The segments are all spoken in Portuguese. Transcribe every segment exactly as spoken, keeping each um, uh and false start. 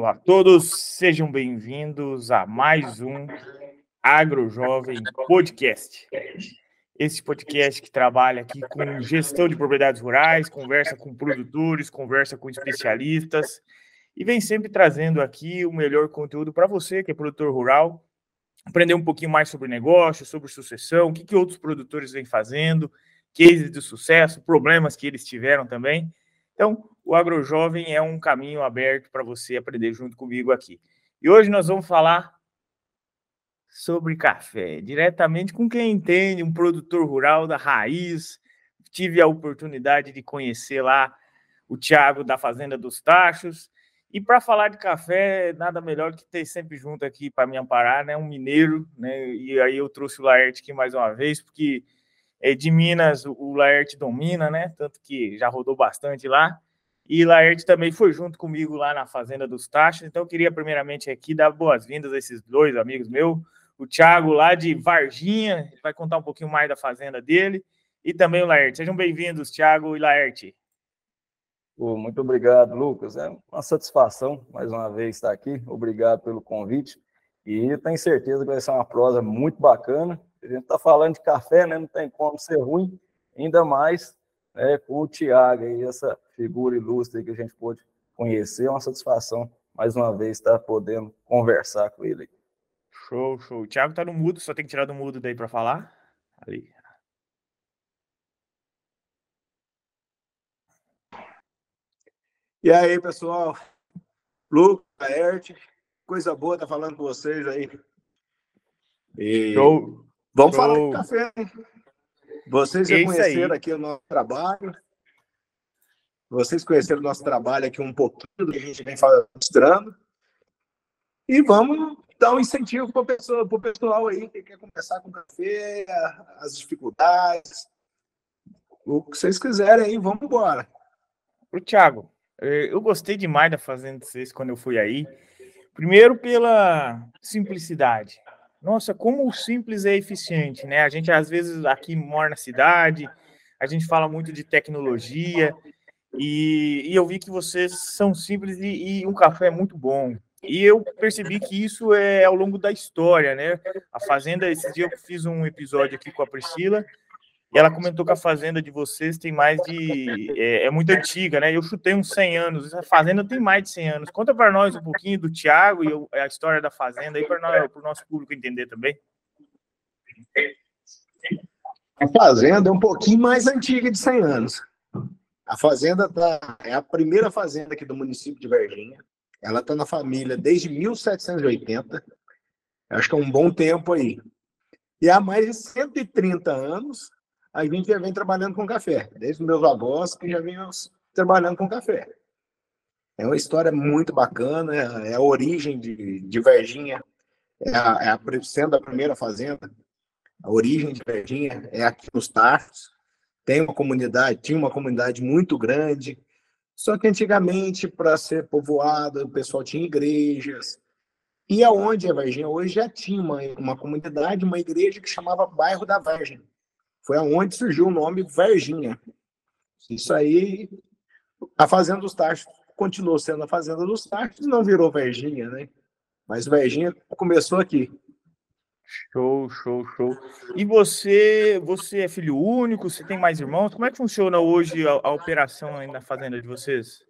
Olá a todos, sejam bem-vindos a mais um AgroJovem Podcast. Esse podcast que trabalha aqui com gestão de propriedades rurais, conversa com produtores, conversa com especialistas e vem sempre trazendo aqui o melhor conteúdo para você que é produtor rural, aprender um pouquinho mais sobre negócio, sobre sucessão, o que, que outros produtores vêm fazendo, cases de sucesso, problemas que eles tiveram também. Então, o AgroJovem é um caminho aberto para você aprender junto comigo aqui. E hoje nós vamos falar sobre café, diretamente com quem entende, um produtor rural da raiz. Tive a oportunidade de conhecer lá o Thiago da Fazenda dos Tachos. E para falar de café, nada melhor que ter sempre junto aqui para me amparar, né? Um mineiro, né? E aí eu trouxe o Laerte aqui mais uma vez, porque é de Minas o Laerte domina, né? Tanto que já rodou bastante lá. E Laerte também foi junto comigo lá na Fazenda dos Tachos. Então eu queria primeiramente aqui dar boas-vindas a esses dois amigos meus. O Thiago lá de Varginha, ele vai contar um pouquinho mais da fazenda dele. E também o Laerte. Sejam bem-vindos, Thiago e Laerte. Oh, muito obrigado, Lucas. É uma satisfação, mais uma vez, estar aqui. Obrigado pelo convite. E tenho certeza que vai ser uma prosa muito bacana. A gente está falando de café, né? Não tem como ser ruim, ainda mais, né, com o Thiago, aí, essa figura ilustre que a gente pôde conhecer. É uma satisfação, mais uma vez, estar podendo conversar com ele. Show, show. O Thiago está no mudo, só tem que tirar do mudo daí para falar. Ali. E aí, pessoal? Lucas, Laerte, coisa boa estar falando com vocês aí. E Show. vamos Show. falar de café, hein? Vocês já conheceram aqui o nosso trabalho. Vocês conheceram o nosso trabalho aqui um pouquinho do que a gente vem mostrando. E vamos dar um incentivo para o pessoal, para o pessoal aí que quer começar com café, as dificuldades, o que vocês quiserem aí, vamos embora. O Thiago, eu gostei demais da Fazenda de vocês quando eu fui aí. Primeiro pela simplicidade. Nossa, como o simples é eficiente, né? A gente, às vezes, aqui mora na cidade, a gente fala muito de tecnologia, e, e eu vi que vocês são simples e, e um café é muito bom. E eu percebi que isso é ao longo da história, né? A Fazenda, esse dia eu fiz um episódio aqui com a Priscila, e ela comentou que a fazenda de vocês tem mais de... É, é muito antiga, né? Eu chutei uns cem anos. A fazenda tem mais de cem anos. Conta para nós um pouquinho do Thiago e a história da fazenda aí para o nosso público entender também. A fazenda é um pouquinho mais antiga de cem anos. A fazenda tá, é a primeira fazenda aqui do município de Varginha. Ela está na família desde mil setecentos e oitenta. Acho que é um bom tempo aí. E há mais de cento e trinta anos... a gente já vem trabalhando com café, desde os meus avós que já vinham trabalhando com café. É uma história muito bacana, é a origem de, de Varginha, é a, é a, sendo a primeira fazenda, a origem de Varginha é aqui nos Tachos. Tem uma comunidade, tinha uma comunidade muito grande, só que antigamente, para ser povoada, o pessoal tinha igrejas. E aonde é Varginha hoje já tinha uma, uma comunidade, uma igreja que chamava Bairro da Vargem. Foi aonde surgiu o nome Varginha. Isso aí, a Fazenda dos Tachos continuou sendo a Fazenda dos Tachos, não virou Varginha, né? Mas Varginha começou aqui. Show, show, show. E você, você é filho único? Você tem mais irmãos? Como é que funciona hoje a, a operação aí na fazenda de vocês?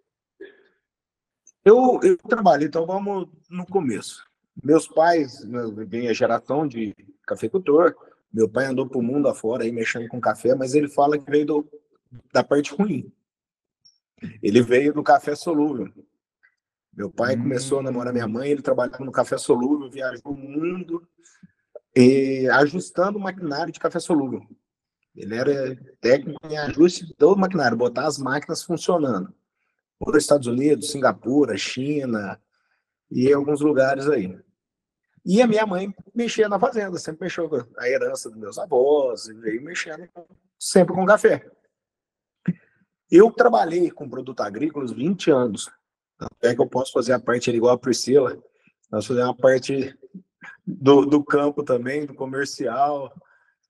Eu, eu trabalho, então vamos no começo. Meus pais, vem a geração de cafeicultor. Meu pai andou para o mundo afora aí mexendo com café, mas ele fala que veio do, da parte ruim. Ele veio do café solúvel. Meu pai hum. começou a namorar minha mãe, ele trabalhava no café solúvel, viajou o mundo e ajustando o maquinário de café solúvel. Ele era técnico em ajuste do maquinário, botar as máquinas funcionando. Nos Estados Unidos, Singapura, China e alguns lugares aí. E a minha mãe mexia na fazenda, sempre mexeu com a herança dos meus avós, e veio mexendo sempre com café. Eu trabalhei com produtos agrícolas vinte anos. É que eu posso fazer a parte igual a Priscila. Nós fazemos a parte do, do campo também, do comercial.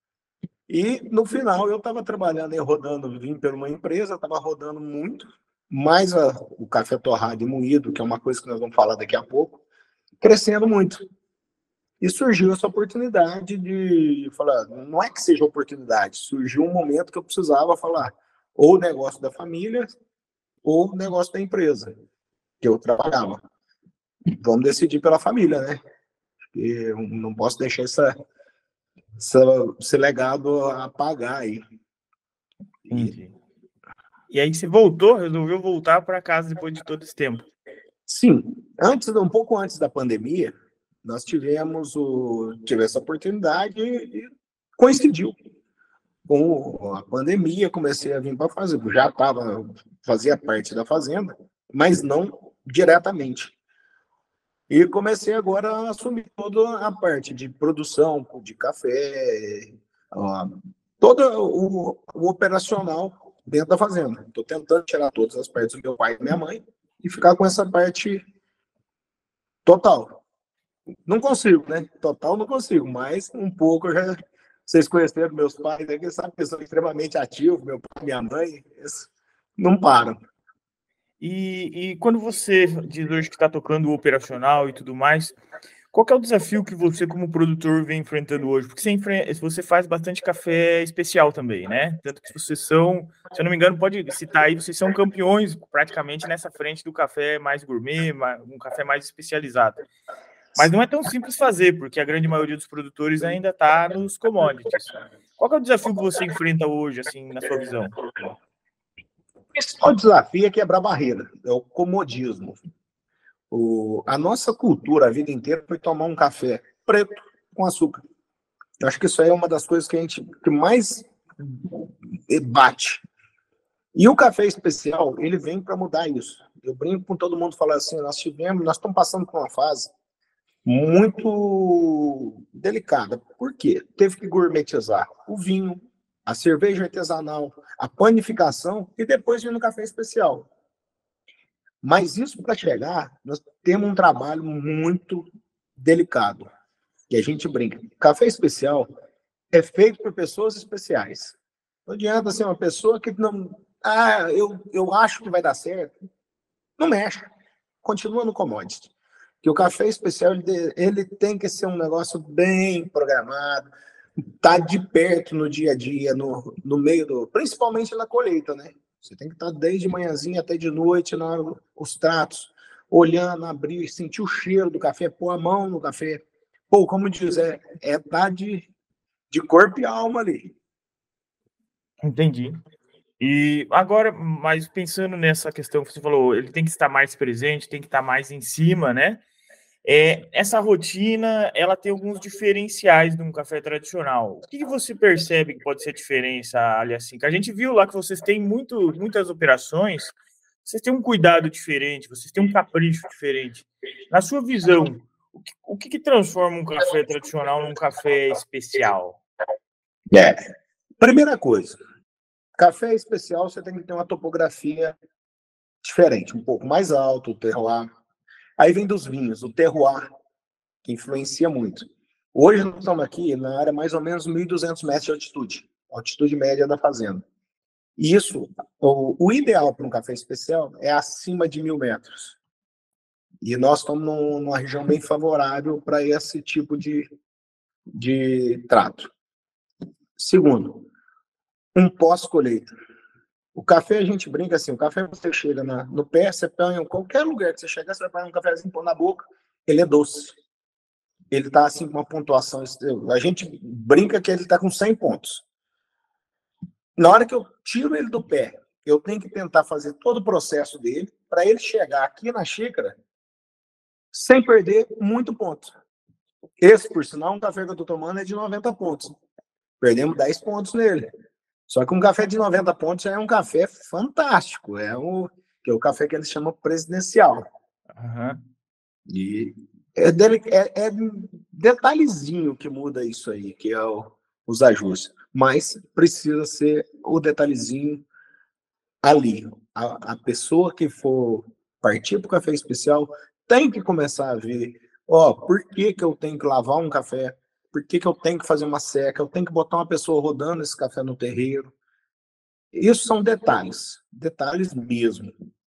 E no final eu estava trabalhando e rodando, vim por uma empresa, estava rodando muito, mais a, o café torrado e moído, que é uma coisa que nós vamos falar daqui a pouco, crescendo muito. E surgiu essa oportunidade de falar, não é que seja oportunidade, surgiu um momento que eu precisava falar ou o negócio da família ou o negócio da empresa que eu trabalhava. Vamos decidir pela família, né? Porque eu não posso deixar essa, essa, esse legado apagar aí. Entendi. E aí você voltou, resolveu voltar para casa depois de todo esse tempo? Sim. Antes, um pouco antes da pandemia, nós tivemos o, tive essa oportunidade e coincidiu com a pandemia, comecei a vir para a fazenda. Já estava, fazia parte da fazenda, mas não diretamente. E comecei agora a assumir toda a parte de produção de café, ó, todo o, o operacional dentro da fazenda. Estou tentando tirar todas as partes do meu pai e minha mãe e ficar com essa parte total. Não consigo, né? Total não consigo, mas um pouco eu já. Vocês conheceram meus pais, né? Que sabe que são extremamente ativos, meu pai e minha mãe, eles não param. E, e quando você diz hoje que está tocando o operacional e tudo mais, qual que é o desafio que você, como produtor, vem enfrentando hoje? Porque você, enfre- você faz bastante café especial também, né? Tanto que vocês são, se eu não me engano, pode citar aí, vocês são campeões praticamente nessa frente do café mais gourmet, ma- um café mais especializado. Mas não é tão simples fazer, porque a grande maioria dos produtores ainda está nos commodities. Qual que é o desafio que você enfrenta hoje, assim, na sua visão? O principal desafio é quebrar barreira, é o comodismo. O, a nossa cultura a vida inteira foi tomar um café preto com açúcar. Eu acho que isso aí é uma das coisas que a gente que mais bate. E o café especial, ele vem para mudar isso. Eu brinco com todo mundo falando assim, nós tivemos, nós estamos passando por uma fase muito delicada. Por quê? Teve que gourmetizar o vinho, a cerveja artesanal, a panificação e depois vir no café especial. Mas isso para chegar, nós temos um trabalho muito delicado. E a gente brinca. Café especial é feito por pessoas especiais. Não adianta ser uma pessoa que não. Ah, eu, eu acho que vai dar certo. Não mexe. Continua no commodity. Que o café especial ele, ele tem que ser um negócio bem programado, tá de perto no dia a dia, no, no meio do. Principalmente na colheita, né? Você tem que estar desde manhãzinha até de noite nos tratos, olhando, abrir, sentir o cheiro do café, pôr a mão no café. Pô, como diz, é, é tá de, de corpo e alma ali. Entendi. E agora, mas pensando nessa questão que você falou, ele tem que estar mais presente, tem que estar mais em cima, né? É, essa rotina, ela tem alguns diferenciais de um café tradicional. O que que você percebe que pode ser a diferença, ali assim? Que a gente viu lá que vocês têm muito, muitas operações, vocês têm um cuidado diferente, vocês têm um capricho diferente. Na sua visão, o que, o que que transforma um café tradicional num café especial? É. Primeira coisa, café especial você tem que ter uma topografia diferente, um pouco mais alto, o terroir. Aí vem dos vinhos, o terroir, que influencia muito. Hoje nós estamos aqui na área mais ou menos mil e duzentos metros de altitude, altitude média da fazenda. E isso, o, o ideal para um café especial é acima de mil metros. E nós estamos num, numa região bem favorável para esse tipo de, de trato. Segundo, um pós-colheita. O café, a gente brinca assim, o café você chega na, no pé, você põe em qualquer lugar que você chegar, você vai pegar um cafezinho, pôr na boca, ele é doce. Ele está assim com uma pontuação, a gente brinca que ele está com cem pontos. Na hora que eu tiro ele do pé, eu tenho que tentar fazer todo o processo dele para ele chegar aqui na xícara sem perder muito ponto. Esse, por sinal, um café que eu estou tomando é de noventa pontos. Perdemos dez pontos nele. Só que um café de noventa pontos é um café fantástico. É o, que é o café que eles chamam presidencial. Uhum. E é, dele, é, é detalhezinho que muda isso aí, que é o, os ajustes. Mas precisa ser o detalhezinho ali. A, a pessoa que for partir para o café especial tem que começar a ver, ó, por que, que eu tenho que lavar um café? Por que, que eu tenho que fazer uma seca? Eu tenho que botar uma pessoa rodando esse café no terreiro. Isso são detalhes, detalhes mesmo.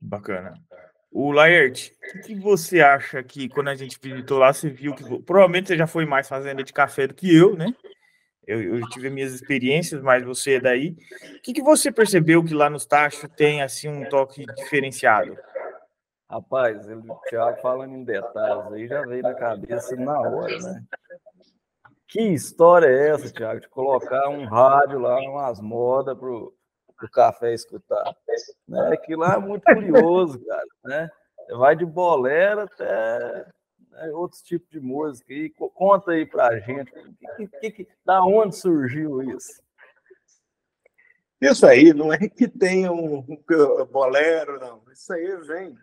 Bacana. O Laerte, o que, que você acha que quando a gente visitou lá, você viu que provavelmente você já foi mais fazenda de café do que eu, né? Eu, eu tive minhas experiências, mas você é daí. O que, que você percebeu que lá nos tachos tem assim um toque diferenciado? Rapaz, ele, o Thiago falando em detalhes aí já veio na cabeça na hora, né? Que história é essa, Thiago, de colocar um rádio lá, umas modas pro, pro café escutar? Né? Que lá é muito curioso, cara, né? Vai de bolero até, né, outros tipos de música. E conta aí pra gente, que, que, que, da onde surgiu isso? Isso aí não é que tenha um, um bolero, não. Isso aí vem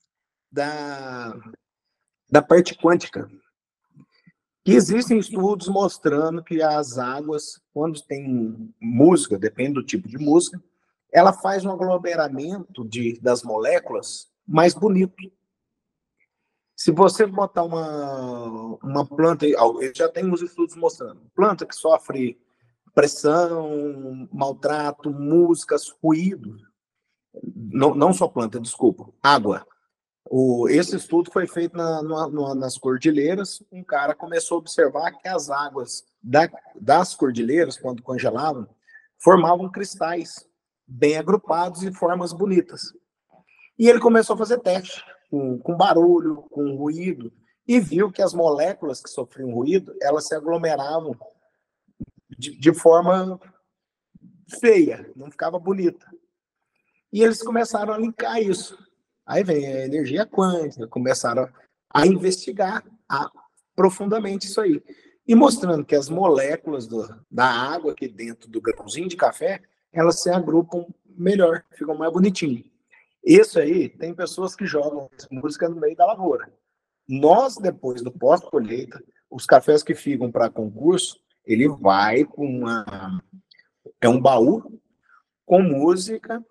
da, da parte quântica. Que existem estudos mostrando que as águas, quando tem música, depende do tipo de música, ela faz um aglomeramento de, das moléculas mais bonito. Se você botar uma, uma planta, já tem uns estudos mostrando, planta que sofre pressão, maltrato, músicas, ruído, não, não só planta, desculpa, água. O, esse estudo foi feito na, na, nas cordilheiras. Um cara começou a observar que as águas da, das cordilheiras, quando congelavam, formavam cristais bem agrupados e formas bonitas. E ele começou a fazer teste com, com barulho, com ruído, e viu que as moléculas que sofriam ruído, elas se aglomeravam de, de forma feia, não ficava bonita. E eles começaram a linkar isso. Aí vem a energia quântica, começaram a investigar a, profundamente isso aí. E mostrando que as moléculas do, da água aqui dentro do grãozinho de café, elas se agrupam melhor, ficam mais bonitinho. Isso aí, tem pessoas que jogam música no meio da lavoura. Nós, depois do pós-colheita, os cafés que ficam para concurso, ele vai com uma... É um baú com música,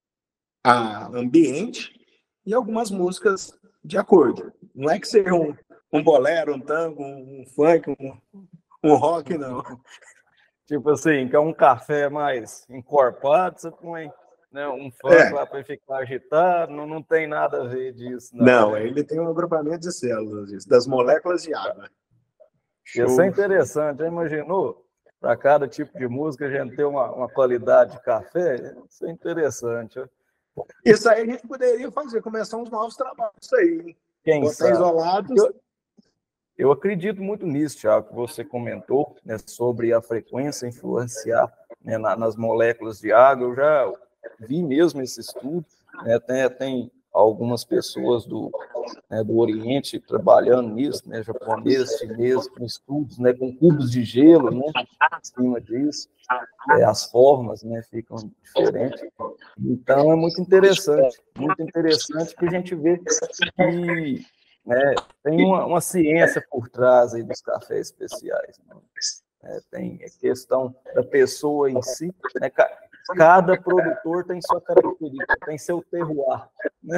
a ambiente, e algumas músicas de acordo. Não é que seja um, um bolero, um tango, um funk, um, um rock, não. Tipo assim, que é um café mais encorpado, você põe, né, um funk é. lá para ficar agitado, não, não tem nada a ver disso. Não, não né? Ele tem um agrupamento de células, das moléculas de água. Isso é interessante, já imaginou? Para cada tipo de música a gente ter uma, uma qualidade de café, isso é interessante. Ó. Isso aí a gente poderia fazer, começar uns novos trabalhos, isso aí. Quem Botar sabe? isolados. Eu, eu acredito muito nisso, Thiago, que você comentou, né, sobre a frequência influenciar, né, na, nas moléculas de água. Eu já vi mesmo esse estudo, né, tem, tem algumas pessoas do, né, do Oriente trabalhando nisso, né, japonês, chinês, com estudos, né, com cubos de gelo, né, em cima disso. É, as formas, né, ficam diferentes. Então, é muito interessante, muito interessante que a gente vê que, né, tem uma, uma ciência por trás aí dos cafés especiais. Né? É, tem a questão da pessoa em si, né? Cada produtor tem sua característica, tem seu terroir. Né?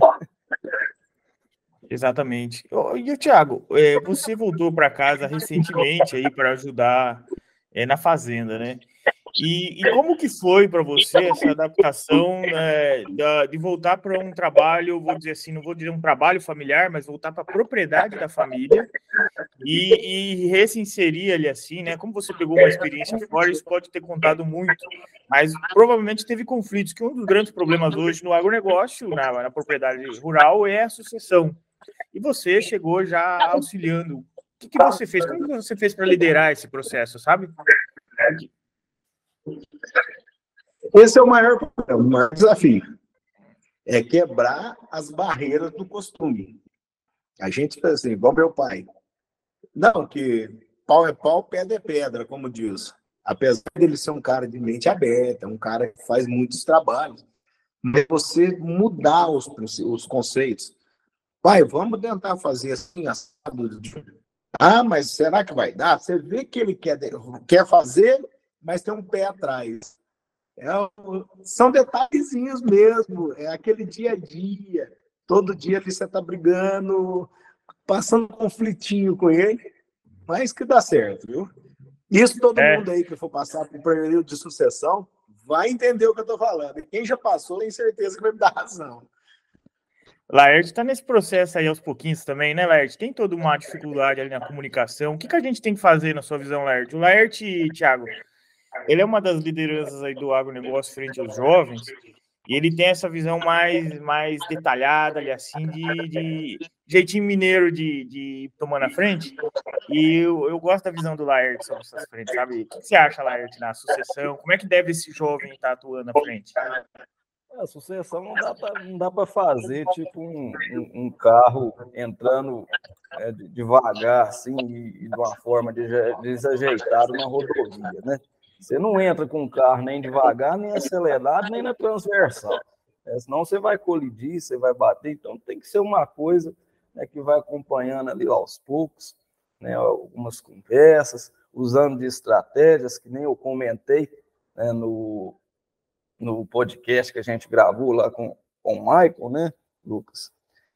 Exatamente. E o Thiago, você voltou para casa recentemente aí para ajudar é, na fazenda, né? E, e como que foi para você essa adaptação é, da, de voltar para um trabalho, vou dizer assim, não vou dizer um trabalho familiar, mas voltar para a propriedade da família e, e reinserir ali assim, né? Como você pegou uma experiência fora, isso pode ter contado muito, mas provavelmente teve conflitos, que um dos grandes problemas hoje no agronegócio, na, na propriedade rural, é a sucessão. E você chegou já auxiliando. O que, que você fez? Como você fez para liderar esse processo, sabe? Esse é o maior problema, o maior desafio. É quebrar as barreiras do costume. A gente faz assim, igual meu pai. Não, que pau é pau, pedra é pedra, como diz. Apesar dele ser um cara de mente aberta, um cara que faz muitos trabalhos, mas você mudar os, os conceitos. Pai, vamos tentar fazer assim, assado. Ah, mas será que vai dar? Você vê que ele quer, quer fazer, mas tem um pé atrás. É, são detalhezinhos mesmo, é aquele dia a dia. Todo dia ali você está brigando, passando um conflitinho com ele, mas que dá certo, viu? Isso todo é. mundo aí que for passar por um período de sucessão vai entender o que eu estou falando. E quem já passou tem certeza que vai me dar razão. Laerte está nesse processo aí aos pouquinhos também, né, Laerte? Tem toda uma dificuldade ali na comunicação. O que, que a gente tem que fazer na sua visão, Laerte? O Laerte, Thiago, ele é uma das lideranças aí do agronegócio frente aos jovens, e ele tem essa visão mais, mais detalhada ali, assim, de, de jeitinho mineiro de, de ir tomando a frente. E eu, eu gosto da visão do Laerte sobre essas frentes, sabe? O que você acha, Laerte, na sucessão? Como é que deve esse jovem estar atuando à frente? A sucessão não dá pra, não dá para fazer tipo um, um, um carro entrando é, devagar, assim, e, e de uma forma desajeitada na rodovia, né? Você não entra com o carro nem devagar, nem acelerado, nem na transversal. Né? Senão você vai colidir, você vai bater. Então tem que ser uma coisa, né, que vai acompanhando ali aos poucos, né, algumas conversas, usando de estratégias, que nem eu comentei, né, no, no podcast que a gente gravou lá com, com o Michael, né, Lucas?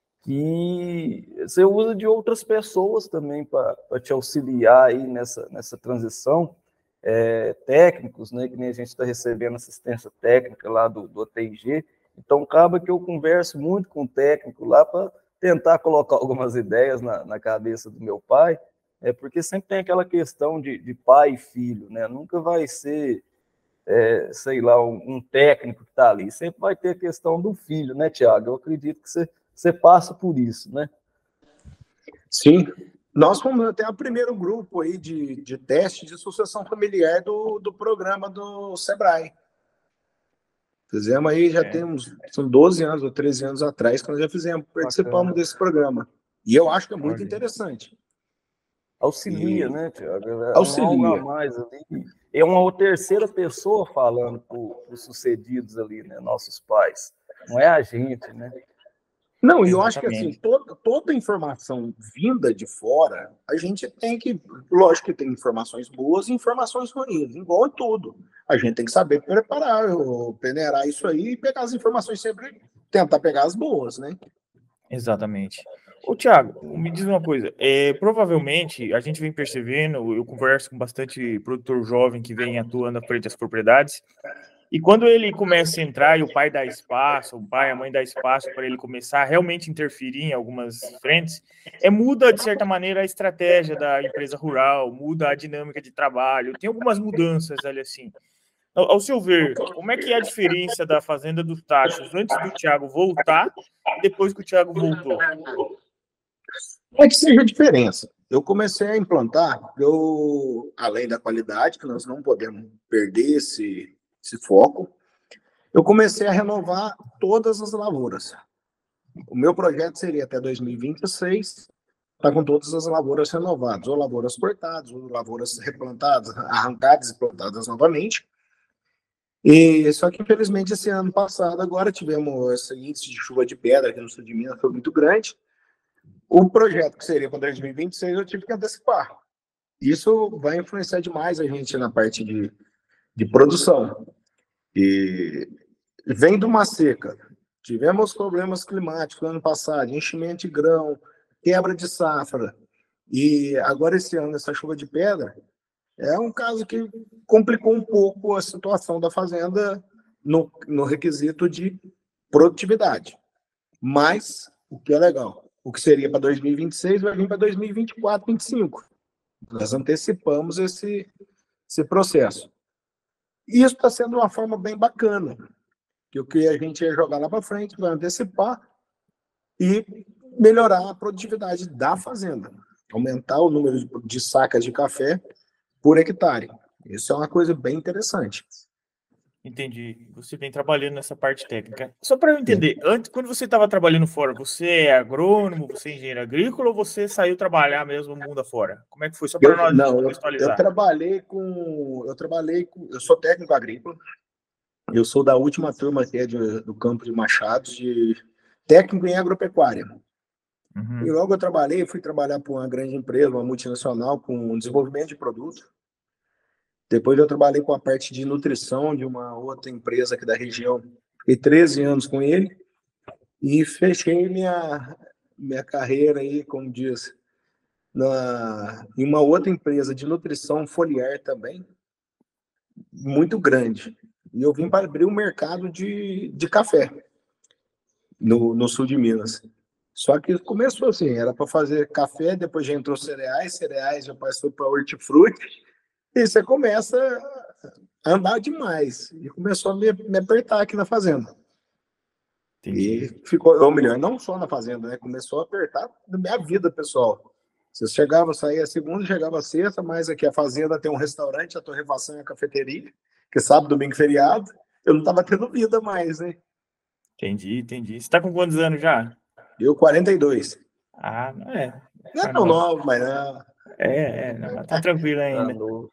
Que você usa de outras pessoas também para te auxiliar aí nessa, nessa transição. É, técnicos, né, que nem a gente está recebendo assistência técnica lá do, do A T I G, então acaba que eu converso muito com o técnico lá para tentar colocar algumas ideias na, na cabeça do meu pai, é, porque sempre tem aquela questão de, de pai e filho, né, nunca vai ser, é, sei lá, um, um técnico que está ali, sempre vai ter a questão do filho, né, Thiago? Eu acredito que você, você passa por isso, né? Sim. Nós fomos até o primeiro grupo aí de, de teste de sucessão familiar do, do programa do Sebrae. Fizemos aí, já é. temos, são doze anos ou treze anos atrás que nós já fizemos, participamos Bacana. desse programa. E eu acho que é muito Olha. interessante. Auxilia, e... né, Tiago? É Auxilia. Um algo a mais ali. É uma terceira pessoa falando para os sucedidos ali, né, nossos pais. Não é a gente, né? Não, e eu acho que assim, toda, toda informação vinda de fora, a gente tem que, lógico que tem informações boas e informações ruins, igual em tudo. A gente tem que saber preparar, peneirar isso aí e pegar as informações sempre, tentar pegar as boas, né? Exatamente. Ô, Thiago, me diz uma coisa, é, provavelmente a gente vem percebendo, eu converso com bastante produtor jovem que vem atuando à frente das propriedades, e quando ele começa a entrar e o pai dá espaço, o pai, a mãe dá espaço para ele começar a realmente interferir em algumas frentes, é, muda, de certa maneira, a estratégia da empresa rural, muda a dinâmica de trabalho, tem algumas mudanças ali assim. Ao, ao seu ver, como é que é a diferença da Fazenda dos Tachos antes do Thiago voltar e depois que o Thiago voltou? É que seja a diferença. Eu comecei a implantar, eu, além da qualidade, que nós não podemos perder esse... esse foco, eu comecei a renovar todas as lavouras. O meu projeto seria até dois mil e vinte e seis, estar com todas as lavouras renovadas, ou lavouras cortadas, ou lavouras replantadas, arrancadas e plantadas novamente. E só que, infelizmente, esse ano passado, agora tivemos esse índice de chuva de pedra aqui no sul de Minas, foi muito grande. O projeto que seria para dois mil e vinte e seis, eu tive que antecipar. Isso vai influenciar demais a gente na parte de, de produção. E vem de uma seca. Tivemos problemas climáticos no ano passado, enchimento de grão, quebra de safra. E agora esse ano, essa chuva de pedra, é um caso que complicou um pouco a situação da fazenda no, no requisito de produtividade. Mas, o que é legal, o que seria para dois mil e vinte e seis vai vir para dois mil e vinte e quatro, vinte e cinco. Nós antecipamos esse, esse processo. E isso está sendo uma forma bem bacana, que o que a gente ia jogar lá para frente, vai antecipar e melhorar a produtividade da fazenda, aumentar o número de sacas de café por hectare. Isso é uma coisa bem interessante. Entendi. Você vem trabalhando nessa parte técnica. Só para eu entender, Sim. antes, quando você estava trabalhando fora, você é agrônomo, você é engenheiro agrícola ou você saiu trabalhar mesmo no mundo afora? Como é que foi? Só para nós não, contextualizar. Eu, eu trabalhei com, eu trabalhei com, eu sou técnico agrícola. Eu sou da última turma que é de, do campo de Machados, de técnico em agropecuária. Uhum. E logo eu trabalhei, fui trabalhar para uma grande empresa, uma multinacional, com desenvolvimento de produto. Depois eu trabalhei com a parte de nutrição de uma outra empresa aqui da região. Fiquei treze anos com ele e fechei minha, minha carreira aí, como diz, na, em uma outra empresa de nutrição foliar também, muito grande. E eu vim para abrir o mercado de, de café. no, no sul de Minas. Só que começou assim, era para fazer café, depois já entrou cereais, cereais já passou para hortifruti, e você começa a andar demais. E começou a me, me apertar aqui na fazenda. Entendi. E ficou, ou melhor, não só na fazenda, né? Começou a apertar na minha vida, pessoal. Você chegava, saía segunda, chegava sexta, mas aqui a fazenda tem um restaurante, a torrefação e a cafeteria, que sábado, domingo, feriado, eu não estava tendo vida mais, né? Entendi, entendi. Você tá com quantos anos já? Eu, quarenta e dois. Ah, não é. Não é tão novo, mas não. É, é, não, mas tá tranquilo ainda. Tá novo.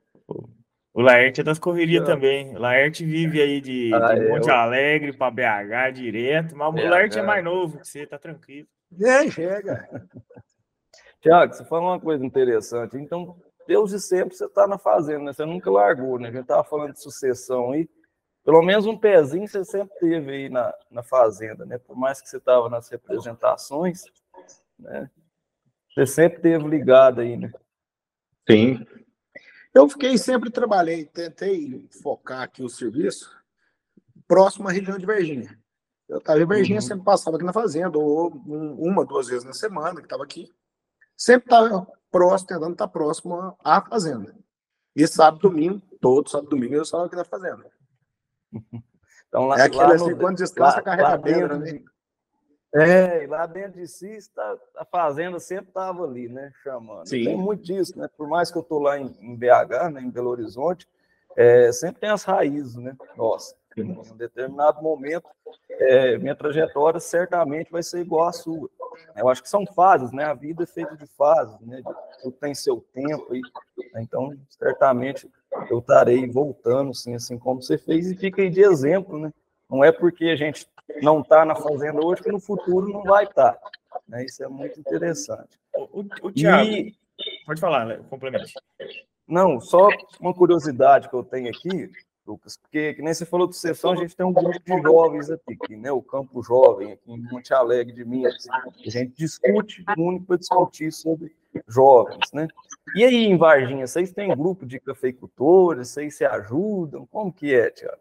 O Laerte é das correrias Já. também. O Laerte vive aí de, Ah, de é, Monte eu- Alegre para B H direto, mas o Laerte é mais novo que você, tá tranquilo. É, chega. Tiago, você falou uma coisa interessante. Então, desde sempre você está na fazenda, né? Você nunca largou, né? A gente estava falando de sucessão aí. Pelo menos um pezinho você sempre teve aí na, na fazenda, né? Por mais que você estava nas representações, né? Você sempre teve ligado aí, né? Sim. Eu fiquei, sempre trabalhei, tentei focar aqui o serviço próximo à região de Varginha. Eu estava em Varginha, Uhum. sempre passava aqui na fazenda, ou um, uma, duas vezes na semana que estava aqui. Sempre estava próximo, tentando estar próximo à fazenda. E sábado, domingo, todo sábado, domingo, eu estava aqui na fazenda. Então, lá, É aquele lá assim, no, quando descansa, lá, carrega lá a pedra, dentro né? de, é, lá dentro de si, está, a fazenda sempre estava ali, né? Chamando. Sim. Tem muito disso, né? Por mais que eu estou lá em, em B H, né, em Belo Horizonte, é, sempre tem as raízes, né? Nossa, em um determinado momento, é, minha trajetória certamente vai ser igual à sua. Eu acho que são fases, né? A vida é feita de fases, né? Tudo tem seu tempo aí. Então, certamente, eu estarei voltando, assim, assim como você fez, e fica aí de exemplo, né? Não é porque a gente não está na fazenda hoje que no futuro não vai estar. Né? Isso é muito interessante. O, o, o Thiago, E, pode falar, complemente. não, só uma curiosidade que eu tenho aqui, Lucas, porque que nem você falou de sessão, a gente tem um grupo de jovens aqui, né? O Campo Jovem, aqui em Monte Alegre de Minas. A gente discute, único para discutir sobre jovens, né? E aí, em Varginha, vocês têm grupo de cafeicultores, vocês se ajudam? Como que é, Thiago?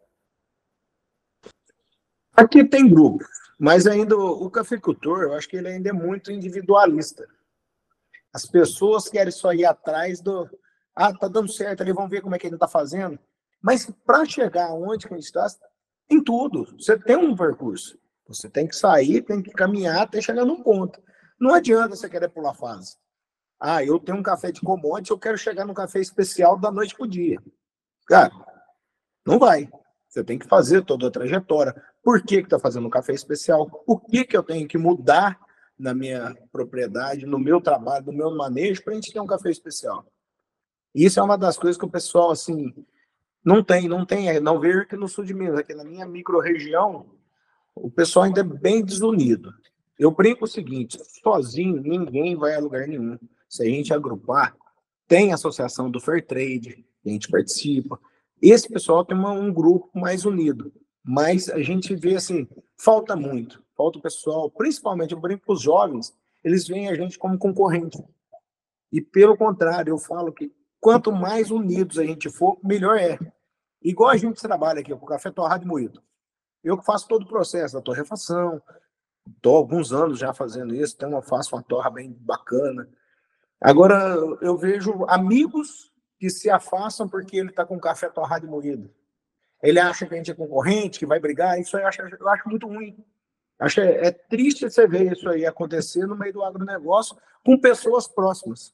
Aqui tem grupo, mas ainda o, o cafeicultor, eu acho que ele ainda é muito individualista. As pessoas querem só ir atrás do... Ah, tá dando certo ali, vamos ver como é que ele está fazendo. Mas para chegar onde que a gente está, em tudo. Você tem um percurso. Você tem que sair, tem que caminhar até chegar num ponto. Não adianta você querer pular fase. Ah, eu tenho um café de commodity, eu quero chegar no café especial da noite pro dia. Cara, não vai. Você tem que fazer toda a trajetória. Por que que tá fazendo um café especial? O que que eu tenho que mudar na minha propriedade, no meu trabalho, no meu manejo, para a gente ter um café especial? Isso é uma das coisas que o pessoal, assim, não tem, não tem, não vejo aqui no sul de Minas, aqui na minha micro-região, o pessoal ainda é bem desunido. Eu brinco o seguinte, sozinho ninguém vai a lugar nenhum. Se a gente agrupar, tem a associação do Fair Trade, a gente participa. Esse pessoal tem uma, um grupo mais unido, mas a gente vê assim, falta muito, falta o pessoal, principalmente, eu brinco com os jovens, eles veem a gente como concorrente. E pelo contrário, eu falo que quanto mais unidos a gente for, melhor é. Igual a gente trabalha aqui com o café torrado e moído. Eu que faço todo o processo da torrefação, estou há alguns anos já fazendo isso, então eu faço uma torra bem bacana. Agora, eu vejo amigos que se afastam porque ele está com café torrado e moído. Ele acha que a gente é concorrente, que vai brigar, isso aí eu acho, eu acho muito ruim. Acho é, é triste você ver isso aí acontecer no meio do agronegócio com pessoas próximas.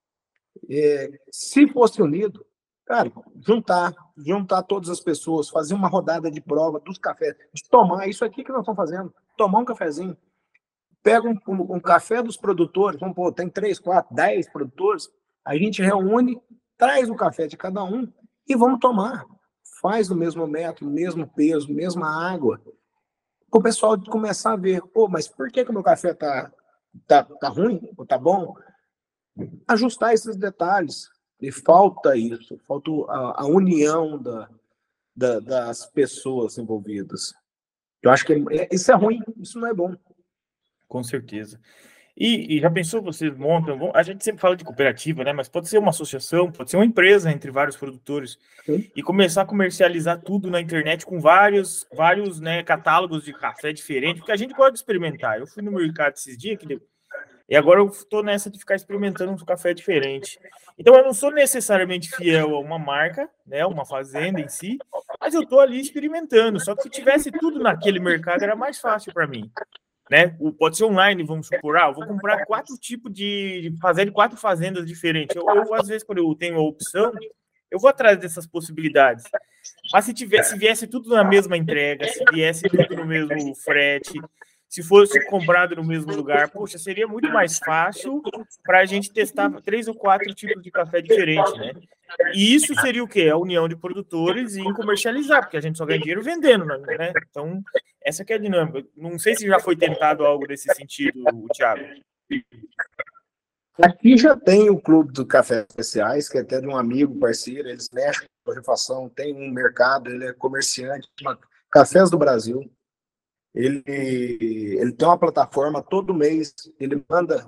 É, se fosse unido, cara, juntar, juntar todas as pessoas, fazer uma rodada de prova dos cafés, de tomar isso aqui que nós estamos fazendo, tomar um cafezinho. Pega um, um, um café dos produtores, vamos pôr, tem três, quatro, dez produtores, a gente reúne, traz o café de cada um e vamos tomar. Faz o mesmo método, mesmo peso, mesma água. O pessoal começar a ver, pô, mas por que, que o meu café tá, tá, tá ruim ou tá bom? Ajustar esses detalhes. E falta isso, falta a, a união da, da, das pessoas envolvidas. Eu acho que é, isso é ruim, isso não é bom. Com certeza. E, e já pensou, vocês montam, vão- a gente sempre fala de cooperativa, né? Mas pode ser uma associação, pode ser uma empresa entre vários produtores Sim. e começar a comercializar tudo na internet com vários, vários, né, catálogos de café diferentes, porque a gente pode experimentar. Eu fui no mercado esses dias que deu- e agora eu estou nessa de ficar experimentando um café diferente. Então eu não sou necessariamente fiel a uma marca, né, uma fazenda em si, mas eu estou ali experimentando. Só que se tivesse tudo naquele mercado era mais fácil para mim, né? O- Pode ser online, vamos supor. Ah, eu vou comprar quatro tipos de, de fazer quatro fazendas diferentes. Eu, eu, às vezes, quando eu tenho a opção, eu vou atrás dessas possibilidades. Mas se tivesse, se viesse tudo na mesma entrega, se viesse tudo no mesmo frete, se fosse comprado no mesmo lugar, poxa, seria muito mais fácil para a gente testar três ou quatro tipos de café diferentes, né? E isso seria o quê? A união de produtores em comercializar, porque a gente só ganha dinheiro vendendo, né? Então, essa que é a dinâmica. Não sei se já foi tentado algo nesse sentido, Thiago. Aqui já tem o Clube do Café Especiais, que é até de um amigo, parceiro, eles mexem com torrefação, tem um mercado, ele é comerciante, chama Cafés do Brasil. Ele, ele tem uma plataforma, todo mês ele manda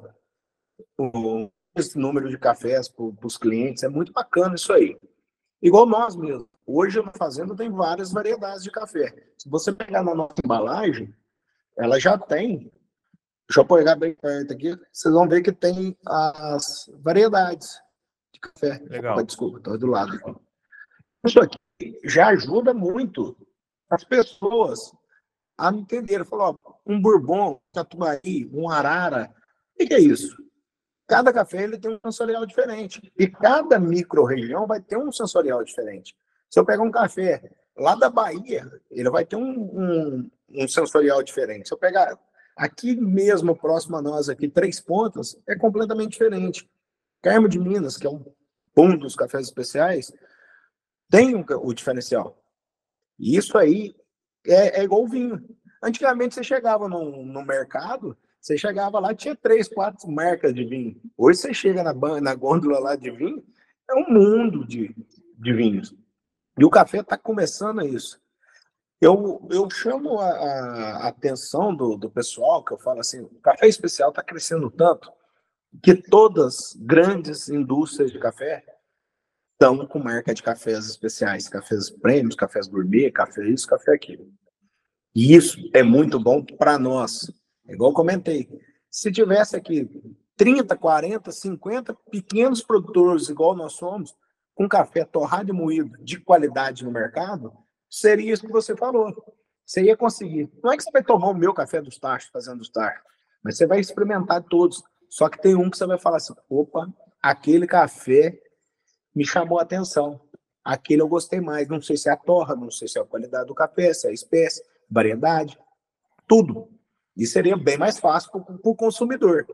o, esse número de cafés para os clientes, é muito bacana isso aí. Igual nós mesmo. Hoje na fazenda tem várias variedades de café. Se você pegar na nossa embalagem, ela já tem. Deixa eu pegar bem perto aqui, vocês vão ver que tem as variedades de café. Legal. Opa, desculpa, estou do lado aqui. Isso aqui já ajuda muito as pessoas a entender. Falou, ó, um bourbon, um catuai, um arara. O que, que é isso? Cada café ele tem um sensorial diferente. E cada micro-região vai ter um sensorial diferente. Se eu pegar um café lá da Bahia, ele vai ter um, um, um sensorial diferente. Se eu pegar aqui mesmo, próximo a nós, aqui, Três Pontas, é completamente diferente. Carmo de Minas, que é um, um dos cafés especiais, tem um, o diferencial. E isso aí é, é igual vinho. Antigamente você chegava no, no mercado, você chegava lá, tinha três, quatro marcas de vinho. Hoje você chega na, na gôndola lá de vinho, é um mundo de, de vinhos. E o café está começando a isso. Eu, eu chamo a, a atenção do, do pessoal, que eu falo assim, o café especial está crescendo tanto que todas grandes indústrias de café estão com marca de cafés especiais, cafés prêmios, cafés gourmet, café isso, café aquilo. E isso é muito bom para nós. É igual eu comentei. Se tivesse aqui trinta, quarenta, cinquenta pequenos produtores, igual nós somos, com café torrado e moído de qualidade no mercado, seria isso que você falou. Você ia conseguir. Não é que você vai tomar o meu café dos tachos, fazendo os tachos, mas você vai experimentar todos. Só que tem um que você vai falar assim, opa, aquele café me chamou a atenção. Aquele eu gostei mais. Não sei se é a torra, não sei se é a qualidade do café, se é a espécie, variedade, tudo. E seria bem mais fácil para o consumidor.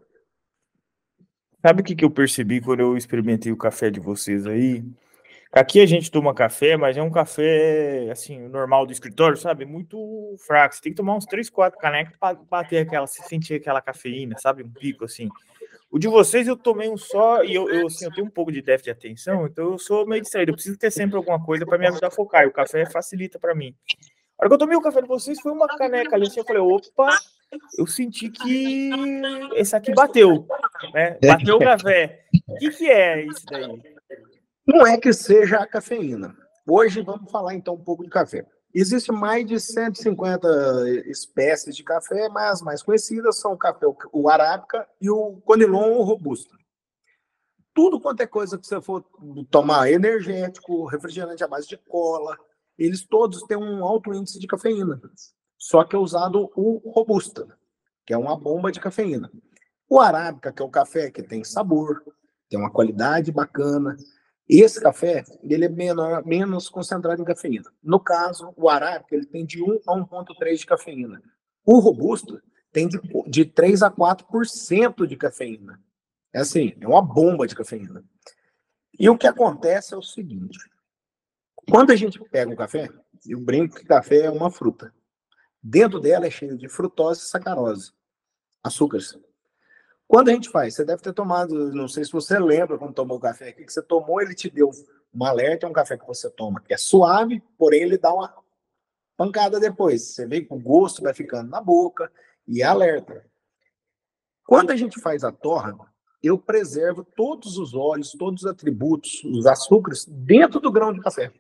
Sabe o que, que eu percebi quando eu experimentei o café de vocês aí? Aqui a gente toma café, mas é um café, assim, normal do escritório, sabe? Muito fraco. Você tem que tomar uns três, quatro canecas para bater aquela, se sentir aquela cafeína, sabe? Um pico, assim. O de vocês eu tomei um só e eu, eu, assim, eu tenho um pouco de déficit de atenção, então eu sou meio distraído. Eu preciso ter sempre alguma coisa para me ajudar a focar. E o café facilita para mim. A hora que eu tomei o café de vocês foi uma caneca ali, assim, eu falei, opa, eu senti que esse aqui bateu, né? Bateu o café. O que, que é isso daí? Não é que seja a cafeína. Hoje vamos falar então um pouco de café. Existem mais de cento e cinquenta espécies de café, mas as mais conhecidas são o café, o arábica e o conilon ou robusta. Tudo quanto é coisa que você for tomar, energético, refrigerante à base de cola, eles todos têm um alto índice de cafeína. Só que é usado o robusta, que é uma bomba de cafeína. O arábica, que é o café que tem sabor, tem uma qualidade bacana. Esse café, ele é menor, menos concentrado em cafeína. No caso, o arábica, ele tem de um a um vírgula três de cafeína. O robusta tem de, de três a quatro por cento de cafeína. É assim, é uma bomba de cafeína. E o que acontece é o seguinte. Quando a gente pega um café, eu brinco que café é uma fruta. Dentro dela é cheio de frutose e sacarose, açúcares. Quando a gente faz, você deve ter tomado, não sei se você lembra quando tomou o café aqui, que você tomou, ele te deu um alerta, é um café que você toma, que é suave, porém ele dá uma pancada depois. Você vê que o gosto vai ficando na boca e é alerta. Quando a gente faz a torra, eu preservo todos os óleos, todos os atributos, os açúcares dentro do grão de café.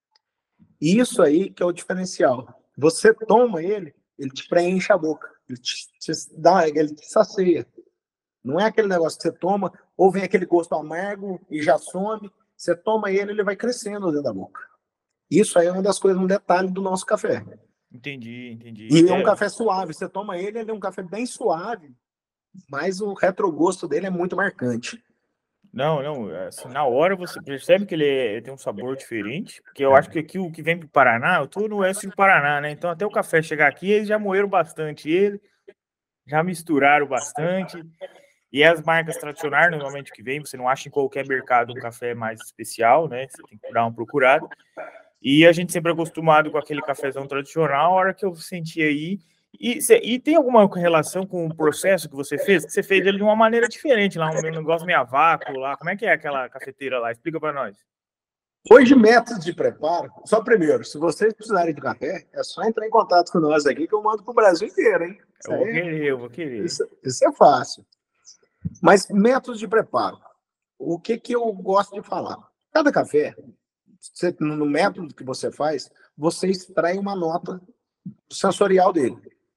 E isso aí que é o diferencial. Você toma ele, ele te preenche a boca, ele te, te dá, ele te sacia. Não é aquele negócio que você toma, ou vem aquele gosto amargo e já some. Você toma ele, ele vai crescendo dentro da boca. Isso aí é uma das coisas, um detalhe do nosso café. Entendi, entendi. E é um É. café suave. Você toma ele, ele é um café bem suave, mas o retrogosto dele é muito marcante. Não, não, assim, na hora você percebe que ele, é- ele tem um sabor diferente, porque eu acho que aqui o que vem pro Paraná, eu tô no oeste do Paraná, né? Então até o café chegar aqui, eles já moeram bastante ele, já misturaram bastante. E as marcas tradicionais, normalmente que vem, você não acha em qualquer mercado um café mais especial, né? Você tem que dar uma procurada. E a gente sempre é acostumado com aquele cafezão tradicional, a hora que eu senti aí. E, cê- e tem alguma relação com o processo que você fez? Que você fez ele de uma maneira diferente lá, um negócio meio a vácuo lá. Como é que é aquela cafeteira lá? Explica para nós. Hoje, métodos de preparo, só primeiro, se vocês precisarem de café, é só entrar em contato com nós aqui, que eu mando para o Brasil inteiro, hein? Isso, Eu vou aí, querer, eu vou querer. isso, isso é fácil. Mas métodos de preparo, o que, que eu gosto de falar? Cada café, você, no método que você faz, você extrai uma nota sensorial dele.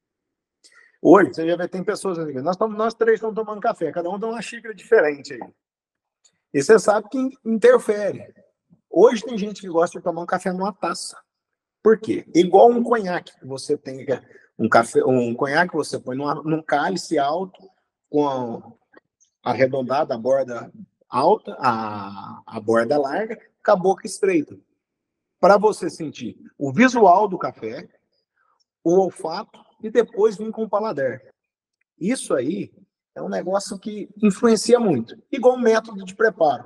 Hoje, você já vai ter pessoas aqui, nós, tamo, nós três estamos tomando café, cada um dá uma xícara diferente aí. E você sabe que interfere. Hoje tem gente que gosta de tomar um café numa taça. Por quê? Igual um conhaque que você tem, um café, um conhaque que você põe numa, num cálice alto, com a, arredondada, a borda alta, a, a borda larga, com a boca estreita. Para você sentir o visual do café, o olfato e depois vir com o paladar. Isso aí é um negócio que influencia muito. Igual o método de preparo.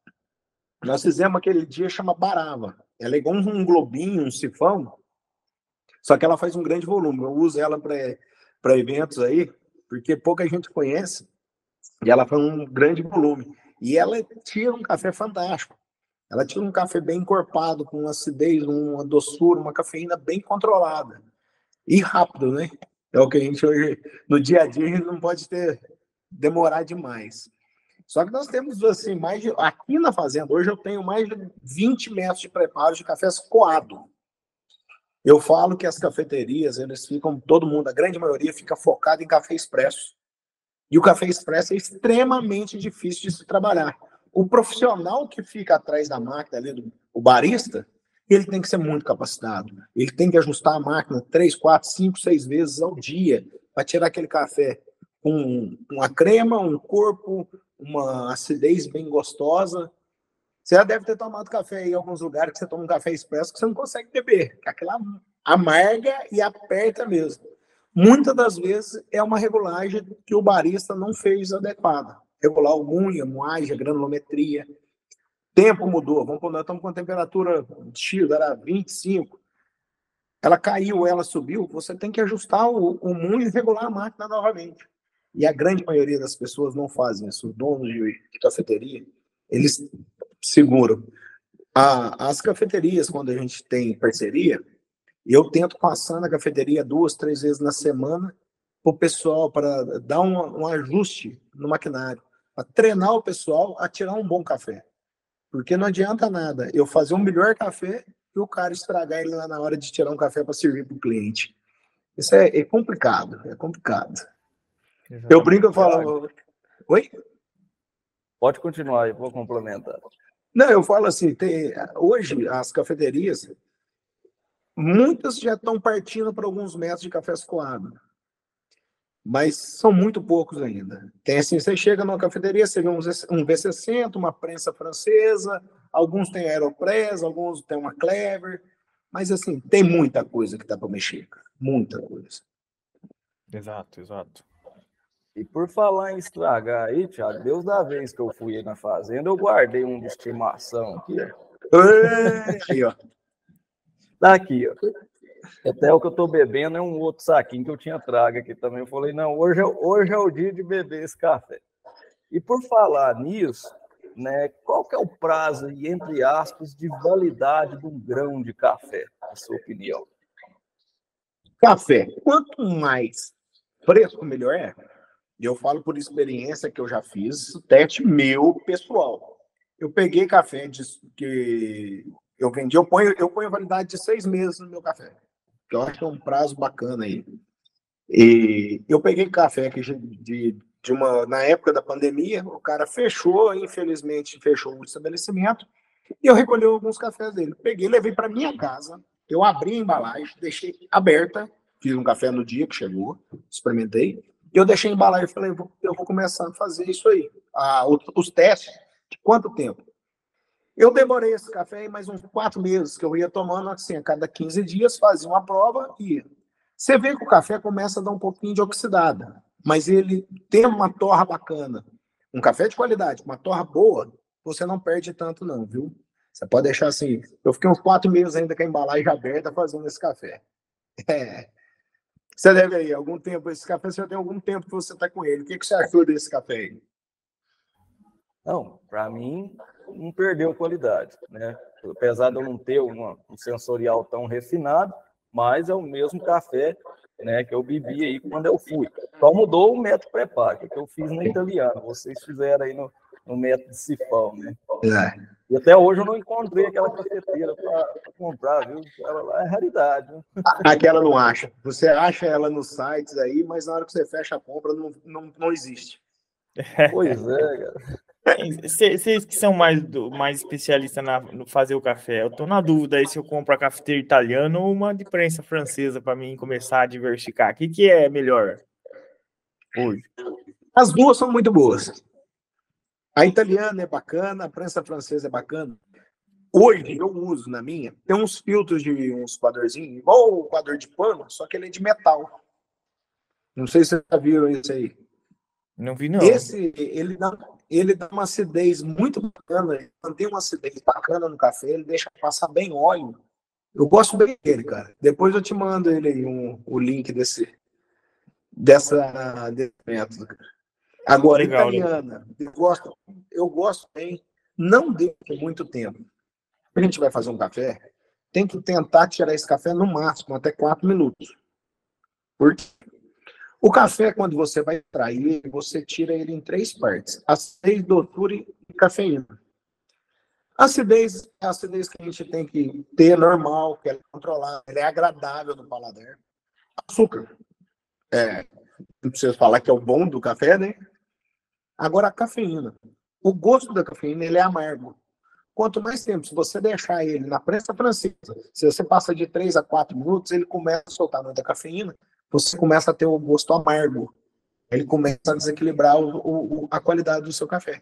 Nós fizemos aquele dia, chama Barava. Ela é igual um globinho, um sifão, só que ela faz um grande volume. Eu uso ela para eventos aí, porque pouca gente conhece, e ela faz um grande volume. E ela tira um café fantástico. Ela tira um café bem encorpado, com uma acidez, uma doçura, uma cafeína bem controlada. E rápido, né? É o que a gente hoje, no dia a dia, a gente não pode ter, demorar demais. Só que nós temos, assim, mais de... Aqui na fazenda, hoje eu tenho mais de vinte métodos de preparo de cafés coado. Eu falo que as cafeterias, eles ficam, todo mundo, a grande maioria, fica focado em café expresso. E o café expresso é extremamente difícil de se trabalhar. O profissional que fica atrás da máquina, ali, o barista, ele tem que ser muito capacitado. Ele tem que ajustar a máquina três, quatro, cinco, seis vezes ao dia para tirar aquele café com uma crema, um corpo, uma acidez bem gostosa. Você já deve ter tomado café em alguns lugares que você toma um café expresso que você não consegue beber. Aquela amarga e aperta mesmo. Muitas das vezes é uma regulagem que o barista não fez adequada. Regular o munha, moagem, a granulometria. Tempo mudou. Vamos pôr, nós estamos com a temperatura X, era vinte e cinco. Ela caiu, ela subiu. Você tem que ajustar o, o munha e regular a máquina novamente. E a grande maioria das pessoas não fazem isso. Os donos de, de cafeteria, eles seguram. A, as cafeterias, quando a gente tem parceria, eu tento passar na cafeteria duas, três vezes na semana para o pessoal, para dar um, um ajuste no maquinário, para treinar o pessoal a tirar um bom café. Porque não adianta nada eu fazer um melhor café e o cara estragar ele lá na hora de tirar um café para servir para o cliente. Isso é, é complicado, é complicado. Exatamente. Eu brinco, eu falo... Oi? Pode continuar, eu vou complementar. Não, eu falo assim, tem, hoje as cafeterias, muitas já estão partindo para alguns métodos de café coado, mas são muito poucos ainda. Tem assim, você chega numa cafeteria, você vê um, um V sessenta, uma prensa francesa, alguns têm Aeropress, alguns têm uma Clever, mas assim, tem muita coisa que dá para mexer, cara. Muita coisa. Exato, exato. E por falar em estragar aí, Thiago, Deus da vez que eu fui aí na fazenda, eu guardei um de estimação aqui. Aí, ó. Daqui, ó. Até o que eu tô bebendo é um outro saquinho que eu tinha trago aqui também. Eu falei, não, hoje é, hoje é o dia de beber esse café. E por falar nisso, né, qual que é o prazo, e entre aspas, de validade de um grão de café, na sua opinião? Café, quanto mais fresco, melhor é. E eu falo por experiência que eu já fiz, teste meu pessoal. Eu peguei café de, que eu vendi, eu ponho, eu ponho validade de seis meses no meu café, que eu acho que é um prazo bacana aí. E eu peguei café aqui de, de uma, na época da pandemia, o cara fechou, infelizmente fechou o estabelecimento, e eu recolhi alguns cafés dele. Peguei, levei para minha casa, eu abri a embalagem, deixei aberta, fiz um café no dia que chegou, experimentei, e eu deixei a embalagem e falei, eu vou, eu vou começar a fazer isso aí. Ah, os, os testes, de quanto tempo? Eu demorei esse café em mais uns quatro meses, que eu ia tomando assim, a cada quinze dias, fazia uma prova e ia. Você vê que o café começa a dar um pouquinho de oxidada, mas ele tem uma torra bacana. Um café de qualidade, uma torra boa, você não perde tanto não, viu? Você pode deixar assim. Eu fiquei uns quatro meses ainda com a embalagem aberta fazendo esse café. É. Você deve aí, algum tempo, esse café você já tem algum tempo que você está com ele. O que, que você achou desse café aí? Não, para mim, não perdeu qualidade, né? Apesar de eu não ter uma, um sensorial tão refinado, mas é o mesmo café, né, que eu bebi aí quando eu fui. Só mudou o método preparo, que eu fiz no italiano. Vocês fizeram aí no, no método de sifão, né? É. E até hoje eu não encontrei aquela cafeteira para comprar, viu? Ela lá é raridade, viu? Aquela não acha. Você acha ela nos sites aí, mas na hora que você fecha a compra, não, não, não existe. Pois é, cara. Vocês que são mais, do, mais especialistas na, no fazer o café, eu tô na dúvida aí se eu compro a cafeteira italiana ou uma de prensa francesa para mim começar a diversificar. O que, que é melhor hoje? As duas são muito boas. A italiana é bacana, a prensa francesa é bacana. Hoje eu uso na minha, tem uns filtros de uns coadorzinhos, igual o coador de pano, só que ele é de metal. Não sei se vocês já viram isso aí. Não vi, não. Esse, ele dá, ele dá uma acidez muito bacana, ele mantém uma acidez bacana no café, ele deixa passar bem óleo. Eu gosto bem dele, cara. Depois eu te mando ele aí, um, o link desse, dessa, desse método. Agora, Legal, italiana, eu gosto, eu gosto bem, não deixa muito tempo. A gente vai fazer um café, tem que tentar tirar esse café no máximo até quatro minutos. Porque o café, quando você vai extrair, você tira ele em três partes: acidez, doçura e cafeína. A acidez é a acidez que a gente tem que ter normal, que é controlada, ela é agradável no paladar. Açúcar. É, não preciso falar que é o bom do café, né? Agora, a cafeína. O gosto da cafeína, ele é amargo. Quanto mais tempo, se você deixar ele na prensa francesa, se você passa de três a quatro minutos, ele começa a soltar muita cafeína, você começa a ter o gosto amargo. Ele começa a desequilibrar o, o, a qualidade do seu café.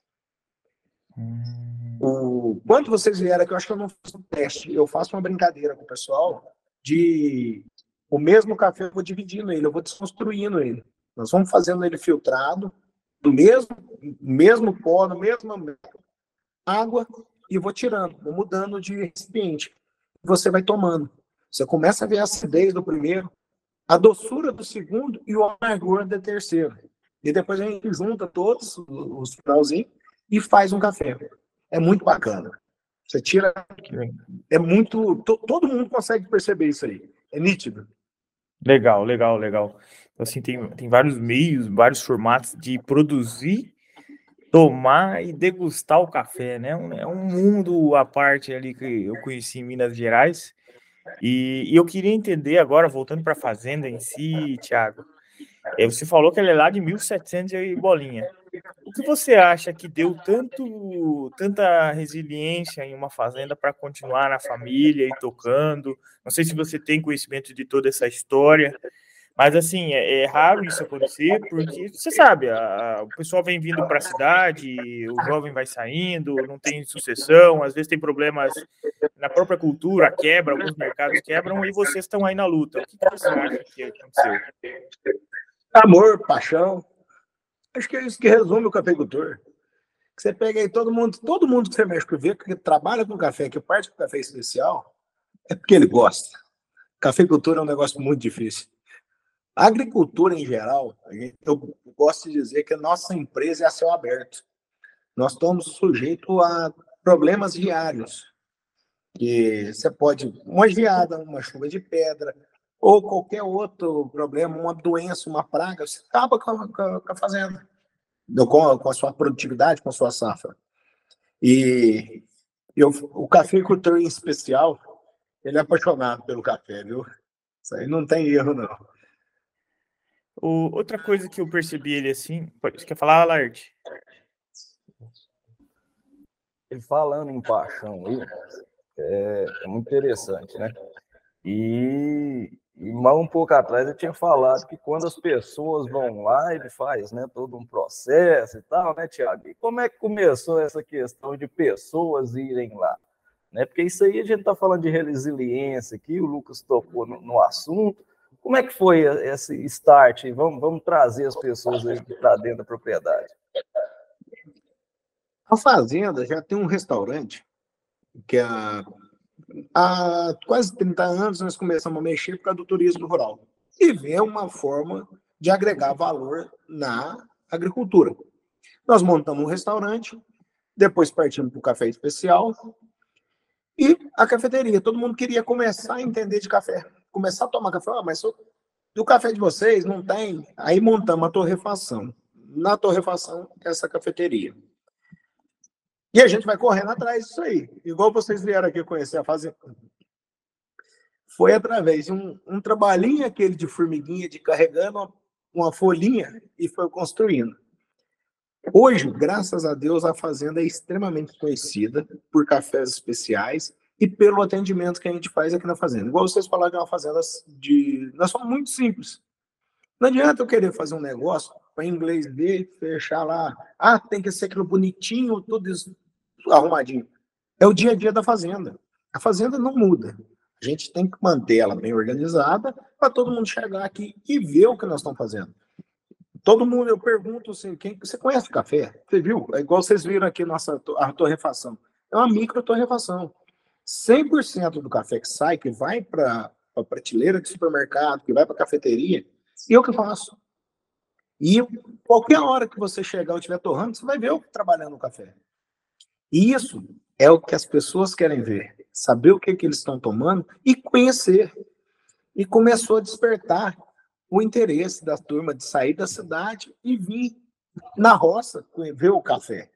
Hum. O, quando vocês vieram aqui, eu acho que eu não fiz um teste, eu faço uma brincadeira com o pessoal de o mesmo café eu vou dividindo ele, eu vou desconstruindo ele. Nós vamos fazendo ele filtrado, no mesmo, mesmo pó, no mesmo água, e vou tirando, vou mudando de recipiente. Você vai tomando. Você começa a ver a acidez do primeiro, a doçura do segundo e o amargor do terceiro. E depois a gente junta todos os finalzinhos e faz um café. É muito bacana. Você tira... É muito... Todo mundo consegue perceber isso aí. É nítido. Legal, legal, legal. Assim, tem, tem vários meios, vários formatos de produzir, tomar e degustar o café, né? É um mundo à parte ali que eu conheci em Minas Gerais. E, e eu queria entender agora, voltando para a fazenda em si, Thiago. É, você falou que ela é lá de mil e setecentos e bolinha. O que você acha que deu tanto, tanta resiliência em uma fazenda para continuar na família e tocando? Não sei se você tem conhecimento de toda essa história, mas assim, é, é raro isso acontecer, porque você sabe, a, a, o pessoal vem vindo para a cidade, o jovem vai saindo, não tem sucessão, às vezes tem problemas na própria cultura, quebra, alguns mercados quebram, e vocês estão aí na luta. O que, que você acha que aconteceu? Amor, paixão. Acho que é isso que resume o cafeicultor. Que você pega aí todo mundo, todo mundo que você mexe com ver, que trabalha com café, que parte com café especial, é porque ele gosta. Cafeicultura é um negócio muito difícil. A agricultura, em geral, a gente, eu gosto de dizer que a nossa empresa é a céu aberto. Nós estamos sujeitos a problemas diários. Que você pode, uma geada, uma chuva de pedra, ou qualquer outro problema, uma doença, uma praga, você acaba com a, com a, com a fazenda, com a, com a sua produtividade, com a sua safra. E eu, o cafeicultor em especial, ele é apaixonado pelo café, viu? Isso aí não tem erro, não. O, outra coisa que eu percebi ele assim... Você quer falar, Laerte? Ele falando em paixão aí, é, é muito interessante, né? E, e mal um pouco atrás eu tinha falado que quando as pessoas vão lá, ele faz, né, todo um processo e tal, né, Tiago? E como é que começou essa questão de pessoas irem lá? Né? Porque isso aí a gente está falando de resiliência aqui, o Lucas tocou no, no assunto. Como é que foi esse start? Vamos, vamos trazer as pessoas aí para dentro da propriedade. A fazenda já tem um restaurante que há, há quase trinta anos nós começamos a mexer por causa do turismo rural e ver uma forma de agregar valor na agricultura. Nós montamos um restaurante, depois partimos para o café especial e a cafeteria. Todo mundo queria começar a entender de café, começar a tomar café. Ah, mas do café de vocês não tem? Aí montamos a torrefação. Na torrefação, essa cafeteria. E a gente vai correndo atrás disso aí. Igual vocês vieram aqui conhecer a fazenda. Foi através de um, um trabalhinho aquele de formiguinha, de carregando uma, uma folhinha e foi construindo. Hoje, graças a Deus, a fazenda é extremamente conhecida por cafés especiais e pelo atendimento que a gente faz aqui na fazenda. Igual vocês falaram de uma fazenda de... Nós somos muito simples. Não adianta eu querer fazer um negócio para inglês ver, fechar lá. Ah, tem que ser aquilo bonitinho, tudo isso arrumadinho. É o dia a dia da fazenda. A fazenda não muda. A gente tem que manter ela bem organizada para todo mundo chegar aqui e ver o que nós estamos fazendo. Todo mundo, eu pergunto assim, quem, você conhece o café? Você viu? É igual vocês viram aqui nossa a torrefação. É uma micro torrefação. cem por cento do café que sai, que vai para a prateleira de supermercado, que vai para a cafeteria, eu que faço. E qualquer hora que você chegar ou estiver torrando, você vai ver eu trabalhando no café. E isso é o que as pessoas querem ver. Saber o que, que eles estão tomando e conhecer. E começou a despertar o interesse da turma de sair da cidade e vir na roça ver o café.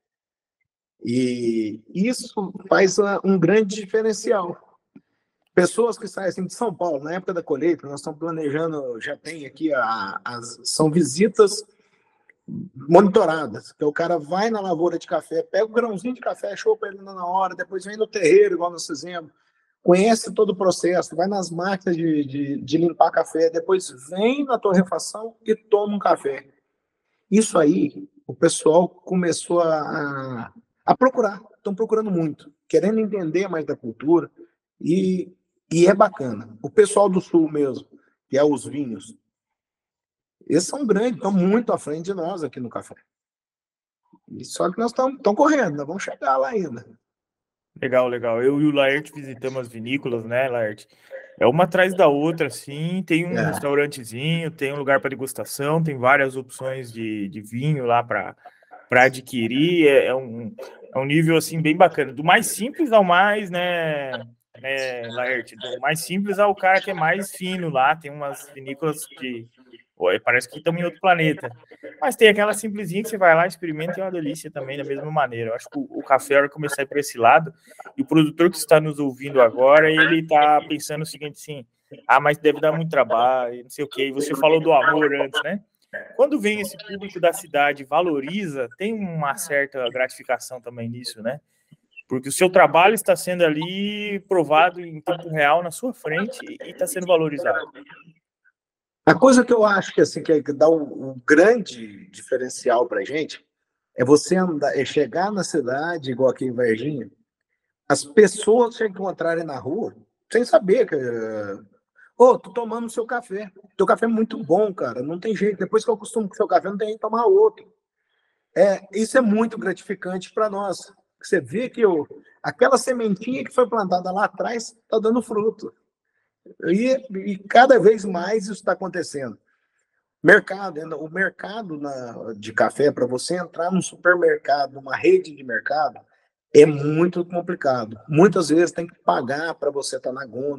E isso faz um grande diferencial. Pessoas que saem assim, de São Paulo, na época da colheita, nós estamos planejando, já tem aqui, a, as, são visitas monitoradas, que o cara vai na lavoura de café, pega o grãozinho de café, chupa ele na hora, depois vem no terreiro, igual nós fizemos, conhece todo o processo, vai nas máquinas de, de, de limpar café, depois vem na torrefação e toma um café. Isso aí, o pessoal começou a, a, a procurar, estão procurando muito, querendo entender mais da cultura, e, e é bacana. O pessoal do Sul mesmo, que é os vinhos, esses são grandes, estão muito à frente de nós aqui no café. E só que nós estamos correndo, nós vamos chegar lá ainda. Legal, legal. Eu e o Laerte visitamos as vinícolas, né, Laerte? É uma atrás da outra, assim. Tem um é. restaurantezinho, tem um lugar para degustação, tem várias opções de, de vinho lá para adquirir. É, é, um, é um nível, assim, bem bacana. Do mais simples ao mais, né, né, Laerte? Do mais simples ao cara que é mais fino lá. Tem umas vinícolas que parece que estamos em outro planeta. Mas tem aquela simplesinha que você vai lá, experimenta e é uma delícia também, da mesma maneira. Eu acho que o, o café, a hora que começar a ir por esse lado, e o produtor que está nos ouvindo agora, ele está pensando o seguinte, assim, ah, mas deve dar muito trabalho, não sei o quê. E você falou do amor antes, né? Quando vem esse público da cidade, valoriza, tem uma certa gratificação também nisso, né? Porque o seu trabalho está sendo ali provado em tempo real na sua frente e está sendo valorizado. A coisa que eu acho que, assim, que dá um, um grande diferencial para a gente é você andar, é chegar na cidade, igual aqui em Varginha, as pessoas se encontrarem na rua sem saber que... Ô, oh, tô tomando seu café. Teu café é muito bom, cara. Não tem jeito. Depois que eu acostumo com o seu café, não tem jeito de tomar outro. É, isso é muito gratificante para nós. Você vê que eu, aquela sementinha que foi plantada lá atrás está dando fruto. E, e cada vez mais isso está acontecendo. Mercado, o mercado na, de café, para você entrar num supermercado, numa rede de mercado, é muito complicado. Muitas vezes tem que pagar para você estar na gôndola.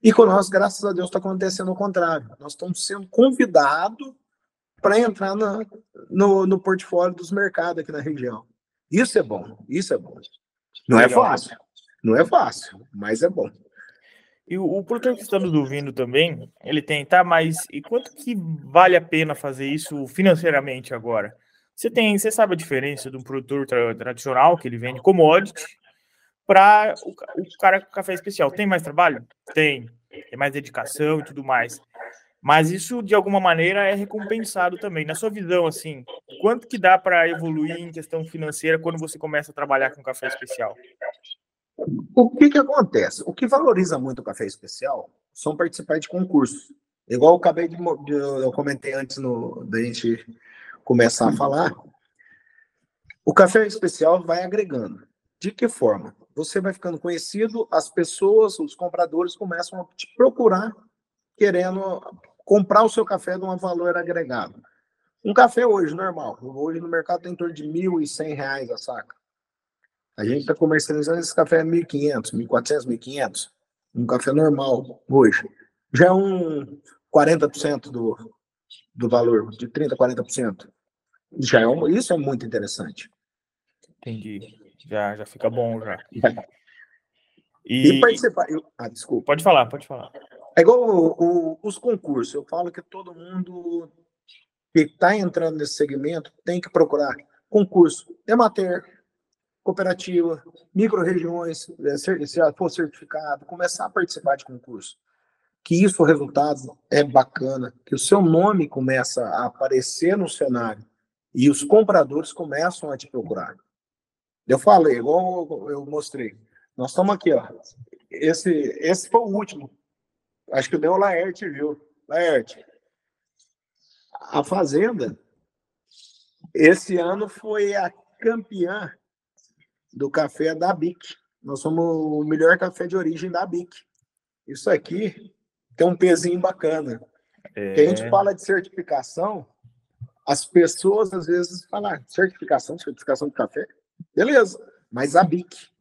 E com nós, graças a Deus, está acontecendo o contrário. Nós estamos sendo convidados para entrar na, no, no portfólio dos mercados aqui na região. Isso é bom, isso é bom. Não é Legal. fácil, não é fácil, mas é bom. E o, o produtor que está nos ouvindo também, ele tem, tá, mas e quanto que vale a pena fazer isso financeiramente agora? Você tem, você sabe a diferença de um produtor tra- tradicional, que ele vende commodity, para o, ca- o cara com café especial? Tem mais trabalho? Tem. Tem mais dedicação e tudo mais. Mas isso, de alguma maneira, é recompensado também. Na sua visão, assim, quanto que dá para evoluir em questão financeira quando você começa a trabalhar com café especial? O que que acontece? O que valoriza muito o café especial são participar de concursos. Igual eu acabei de, mo- de- eu comentei antes no, da gente começar a falar, o café especial vai agregando. De que forma? Você vai ficando conhecido, as pessoas, os compradores começam a te procurar querendo comprar o seu café de um valor agregado. Um café hoje, normal, hoje no mercado tem em torno de mil e cem reais a saca. A gente está comercializando esse café a mil e quinhentos, mil e quatrocentos, mil e quinhentos. Um café normal hoje. Já é um quarenta por cento do, do valor, de trinta, quarenta por cento. Já é um, isso é muito interessante. Entendi. Já, já fica bom já. E E, e- participar. eu- ah, desculpa. pode falar, pode falar. É igual o- o- os concursos. Eu falo que todo mundo que está entrando nesse segmento tem que procurar concurso. Emater, cooperativa, micro-regiões, eh, cer- se for certificado, começar a participar de concurso. Que isso, o resultado é bacana, que o seu nome começa a aparecer no cenário e os compradores começam a te procurar. Eu falei, igual eu mostrei. Nós estamos aqui, ó. Esse, esse foi o último. Acho que deu o Laerte, viu? Laerte. A Fazenda, esse ano foi a campeã do café da B I C. Nós somos o melhor café de origem da B I C. Isso aqui tem um pezinho bacana. É, Que a gente fala de certificação, as pessoas às vezes falam, ah, certificação, certificação de café, beleza, mas a B I C,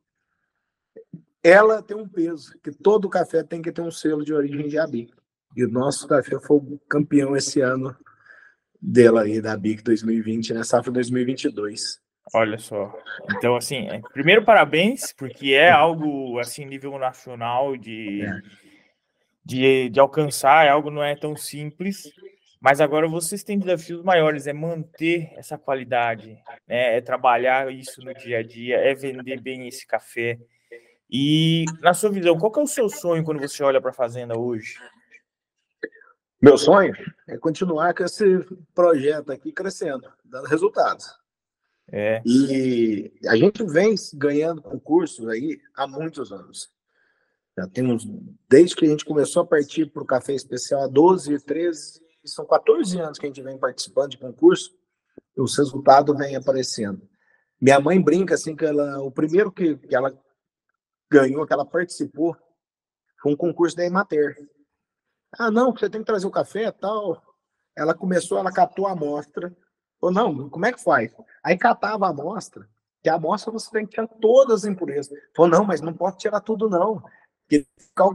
ela tem um peso, que todo café tem que ter um selo de origem de A B I C. E o nosso café foi o campeão esse ano dela aí, da B I C dois mil e vinte, né? Safra dois mil e vinte e dois. olha só. Então, assim, é, primeiro parabéns, porque é algo, assim, nível nacional de, É. de, de alcançar, é algo não é tão simples, mas agora vocês têm desafios maiores, é manter essa qualidade, né? É trabalhar isso no dia a dia, é vender bem esse café. E, na sua visão, qual que é o seu sonho quando você olha para a fazenda hoje? Meu sonho é continuar com esse projeto aqui crescendo, dando resultados. É, E a gente vem ganhando concursos aí há muitos anos. Já temos, desde que a gente começou a partir para o café especial há doze, treze, são quatorze anos que a gente vem participando de concurso, e os resultados vêm aparecendo. Minha mãe brinca assim que ela, o primeiro que, que ela ganhou, que ela participou, foi um concurso da Emater. Ah, não, você tem que trazer o café e tal. Ela começou, ela catou a amostra. Ou não, como é que faz? Aí catava a amostra, que a amostra você tem que tirar todas as impurezas. Falou, não, mas não pode tirar tudo, não. Porque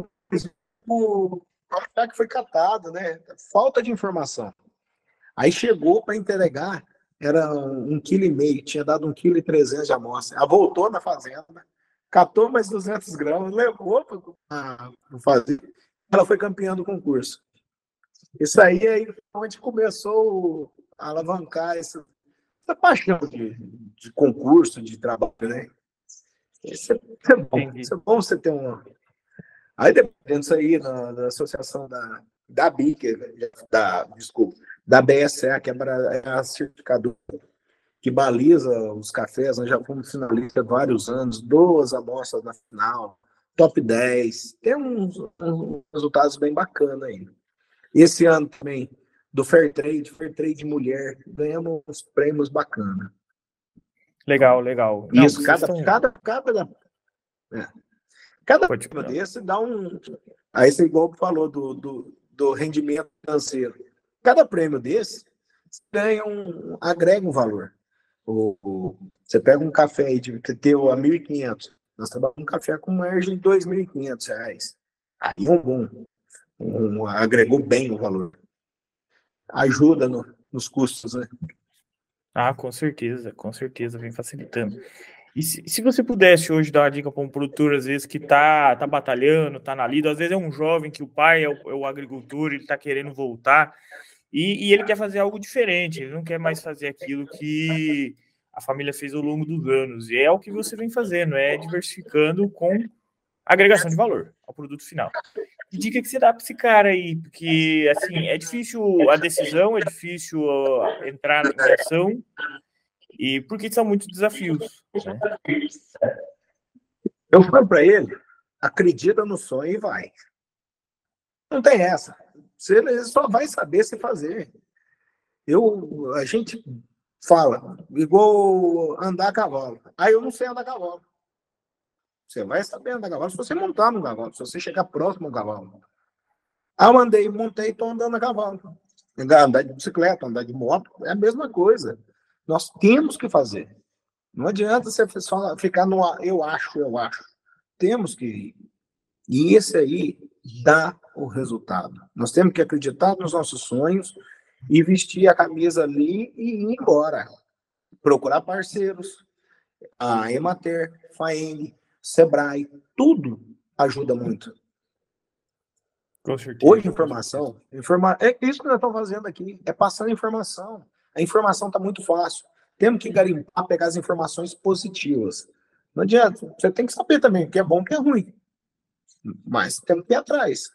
o café que foi catado, né? Falta de informação. Aí chegou para entregar, era um quilo e meio, tinha dado um quilo e trezentos de amostra. Ela voltou na fazenda, catou mais duzentos gramas, levou para fazer. Ela foi campeã do concurso. Isso aí, aí onde começou a alavancar essa, essa paixão de, de concurso, de trabalho, né? Isso é, isso é bom. entendi. Isso é bom você ter uma. Aí dependendo disso aí, da, da associação da, da B I C, da, desculpa, da B S A, que é a certificadora que baliza os cafés, nós já fomos finalistas há vários anos, duas amostras na final, top dez, tem uns, uns resultados bem bacanas aí. Esse ano também, do Fair Trade, Fair Trade Mulher, ganhamos uns prêmios bacanas. Legal, legal. Não, Isso, vocês cada, estão... cada, cada, é, cada Pode... prêmio desse dá um... Aí você igual falou do, do, do rendimento financeiro. Cada prêmio desse ganha um, agrega um valor. O, o, você pega um café aí de que teu a mil e quinhentos, nós trabalhamos um café com margem de dois mil e quinhentos reais. Aí um bom, um, agregou bem o valor. Ajuda no, nos custos, né? Ah, com certeza, com certeza, vem facilitando. E se, se você pudesse hoje dar uma dica para um produtor, às vezes, que tá, tá batalhando, tá na lida, às vezes é um jovem que o pai é o, é o agricultor, ele tá querendo voltar, e, e ele quer fazer algo diferente, ele não quer mais fazer aquilo que a família fez ao longo dos anos, e é o que você vem fazendo, é diversificando com agregação de valor ao produto final. Que dica que você dá para esse cara aí? Porque, assim, é difícil a decisão, é difícil uh, entrar em ação, e porque são muitos desafios, né? Eu falo para ele, acredita no sonho e vai. Não tem essa. Ele só vai saber se fazer. Eu, a gente fala, igual andar a cavalo. Aí eu não sei andar a cavalo. Você vai saber andar a cavalo se você montar no cavalo, se você chegar próximo ao cavalo. Aí eu andei, montei e estou andando a cavalo. Andar de bicicleta, andar de moto, é a mesma coisa. Nós temos que fazer. Não adianta você ficar no eu acho, eu acho. Temos que ir. E esse aí dá o resultado. Nós temos que acreditar nos nossos sonhos e vestir a camisa ali e ir embora. Procurar parceiros, a Emater, Faene, Sebrae, tudo ajuda muito. Com certeza. Hoje, informação, informa... é isso que nós estamos fazendo aqui, é passando informação. A informação está muito fácil. Temos que garimpar, pegar as informações positivas. Não adianta, você tem que saber também o que é bom e o que é ruim. Mas temos que ir atrás.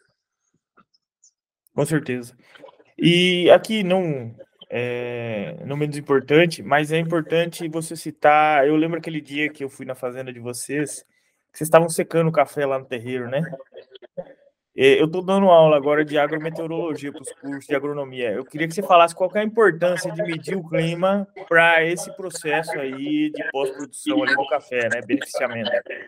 Com certeza. E aqui, não, é, não menos importante, mas é importante você citar. Eu lembro aquele dia que eu fui na fazenda de vocês, que vocês estavam secando o café lá no terreiro, né? Eu estou dando aula agora de agrometeorologia para os cursos de agronomia. Eu queria que você falasse qual que é a importância de medir o clima para esse processo aí de pós-produção ali do café, né? Beneficiamento.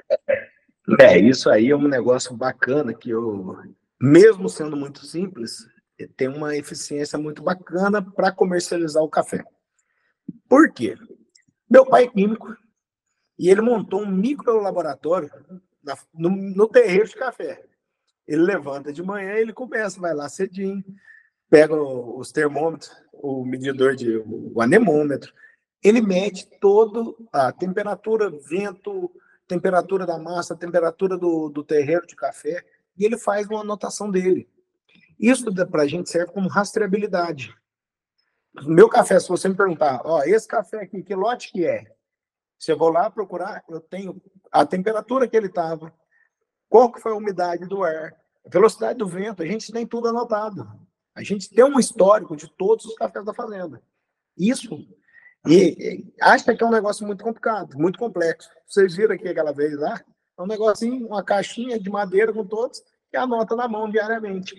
É, isso aí é um negócio bacana que eu, mesmo sendo muito simples, tem uma eficiência muito bacana para comercializar o café. Por quê? Meu pai é químico e ele montou um micro laboratório na, no, no terreiro de café. Ele levanta de manhã, ele começa, vai lá cedinho, pega os termômetros, o medidor de o anemômetro, ele mede toda a temperatura, vento, temperatura da massa, temperatura do, do terreiro de café, e ele faz uma anotação dele. Isso para a gente serve como rastreabilidade. Meu café, se você me perguntar, ó, esse café aqui, que lote que é? Se eu vou lá procurar, eu tenho a temperatura que ele estava, qual que foi a umidade do ar, a velocidade do vento, a gente tem tudo anotado. A gente tem um histórico de todos os cafés da fazenda. Isso, e, e acha que é um negócio muito complicado, muito complexo. Vocês viram aqui aquela vez lá? É um negocinho, uma caixinha de madeira com todos, que anota na mão diariamente.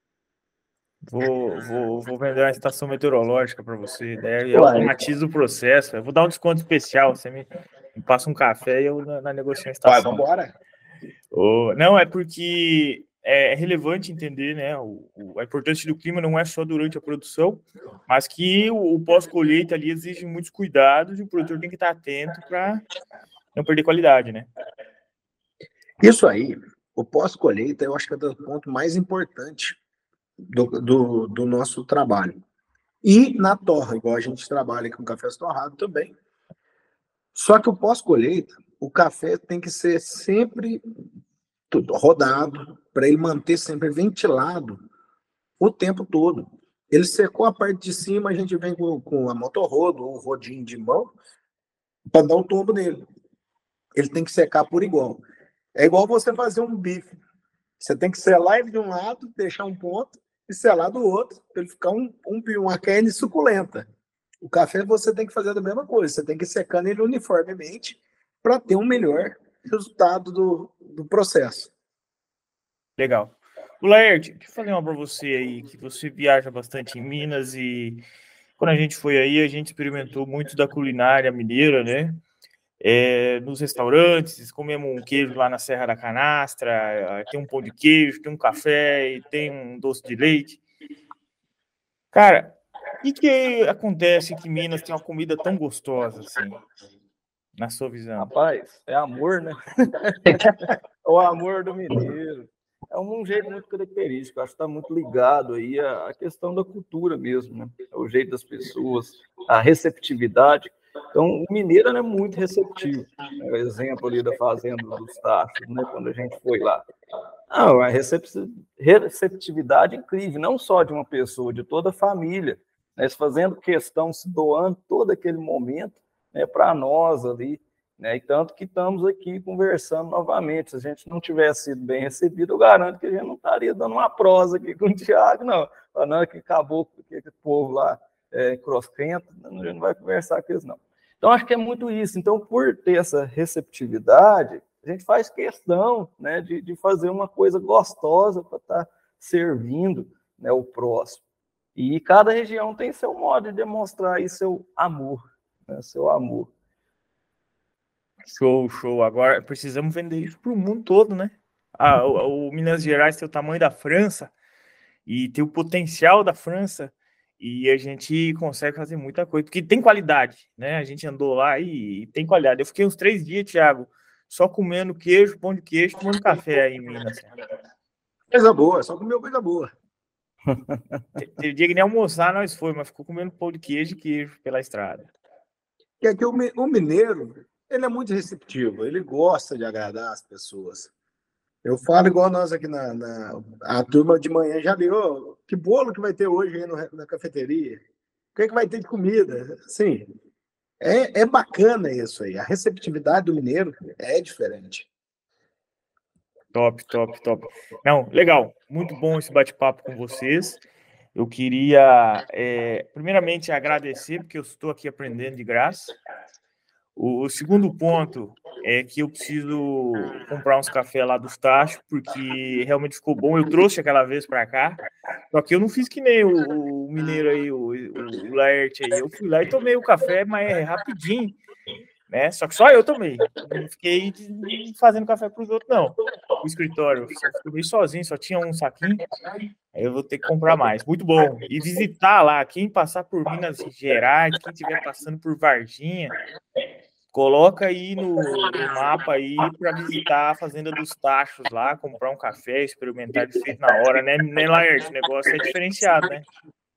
Vou, vou, vou vender uma estação meteorológica para você, daí eu automatizo o processo. Eu vou dar um desconto especial. Você me, me passa um café e eu na, na negociação. Vai, vamos embora. Oh, não, é porque é relevante entender, né? O, o, a importância do clima não é só durante a produção, mas que o, o pós-colheita ali exige muitos cuidados e o produtor tem que estar atento para não perder qualidade, né? Isso aí, o pós-colheita, eu acho que é o ponto mais importante do, do, do nosso trabalho. E na torra, igual a gente trabalha com café torrado também. Só que o pós-colheita, o café tem que ser sempre rodado, para ele manter sempre ventilado o tempo todo. Ele secou a parte de cima, a gente vem com, com a motorrodo ou rodinho de mão para dar um tombo nele. Ele tem que secar por igual. É igual você fazer um bife. Você tem que selar ele de um lado, deixar um ponto, e selar do outro, para ele ficar um, um, uma carne suculenta. O café você tem que fazer a mesma coisa. Você tem que ir secando ele uniformemente para ter um melhor resultado do, do processo. Legal. O Laerte, deixa eu fazer uma para você aí, que você viaja bastante em Minas e quando a gente foi aí, a gente experimentou muito da culinária mineira, né? É, nos restaurantes, comemos um queijo lá na Serra da Canastra, tem um pão de queijo, tem um café e tem um doce de leite. Cara, o que, que acontece que Minas tem uma comida tão gostosa assim, na sua visão? Rapaz, é amor, né? O amor do mineiro. é um jeito muito característico, acho que está muito ligado aí à questão da cultura mesmo, né? O jeito das pessoas, a receptividade. Então, o mineiro é muito receptivo. É o exemplo ali da Fazenda dos Tachos, né? Quando a gente foi lá. Não, a receptividade incrível, não só de uma pessoa, de toda a família, né? Fazendo questão, se doando todo aquele momento, né, para nós ali. Né? E tanto que estamos aqui conversando novamente. Se a gente não tivesse sido bem recebido, eu garanto que a gente não estaria dando uma prosa aqui com o Thiago, não. Falando que acabou com aquele povo lá é, croscrento, a gente não vai conversar com eles, não. Então, acho que é muito isso. Então, por ter essa receptividade, a gente faz questão, né, de, de fazer uma coisa gostosa para estar servindo, né, o próximo. E cada região tem seu modo de demonstrar aí seu amor, né, seu amor. Show, show. Agora precisamos vender isso para o mundo todo, né? Ah, o, o Minas Gerais tem o tamanho da França e tem o potencial da França e a gente consegue fazer muita coisa, porque tem qualidade, né? A gente andou lá e, e tem qualidade. Eu fiquei uns três dias, Thiago, só comendo queijo, pão de queijo, tomando café aí em Minas. Coisa boa, só comeu coisa boa. Teve dia que nem almoçar nós foi, mas ficou comendo pão de queijo e queijo pela estrada. Que é que o, o mineiro, ele é muito receptivo, ele gosta de agradar as pessoas. Eu falo igual nós aqui na, na a turma de manhã já viu, que bolo que vai ter hoje aí no, na cafeteria? O que, é que vai ter de comida? Sim, é, é bacana isso aí. A receptividade do mineiro é diferente. Top, top, top. Não, legal. Muito bom esse bate-papo com vocês. Eu queria, é, primeiramente, agradecer, porque eu estou aqui aprendendo de graça. O, o segundo ponto é que eu preciso comprar uns cafés lá dos Tachos, porque realmente ficou bom. Eu trouxe aquela vez para cá, só que eu não fiz que nem o, o mineiro aí, o, o, o Laerte aí. Eu fui lá e tomei o café, mas é rapidinho, né? Só que só eu tomei. Não fiquei fazendo café para os outros, não. O escritório, só tomei sozinho, só tinha um saquinho. Aí eu vou ter que comprar mais. Muito bom. E visitar lá, quem passar por Minas Gerais, quem estiver passando por Varginha, coloca aí no, no mapa aí para visitar a Fazenda dos Tachos lá, comprar um café, experimentar de feito na hora, né, né, Laerte? O negócio é diferenciado, né?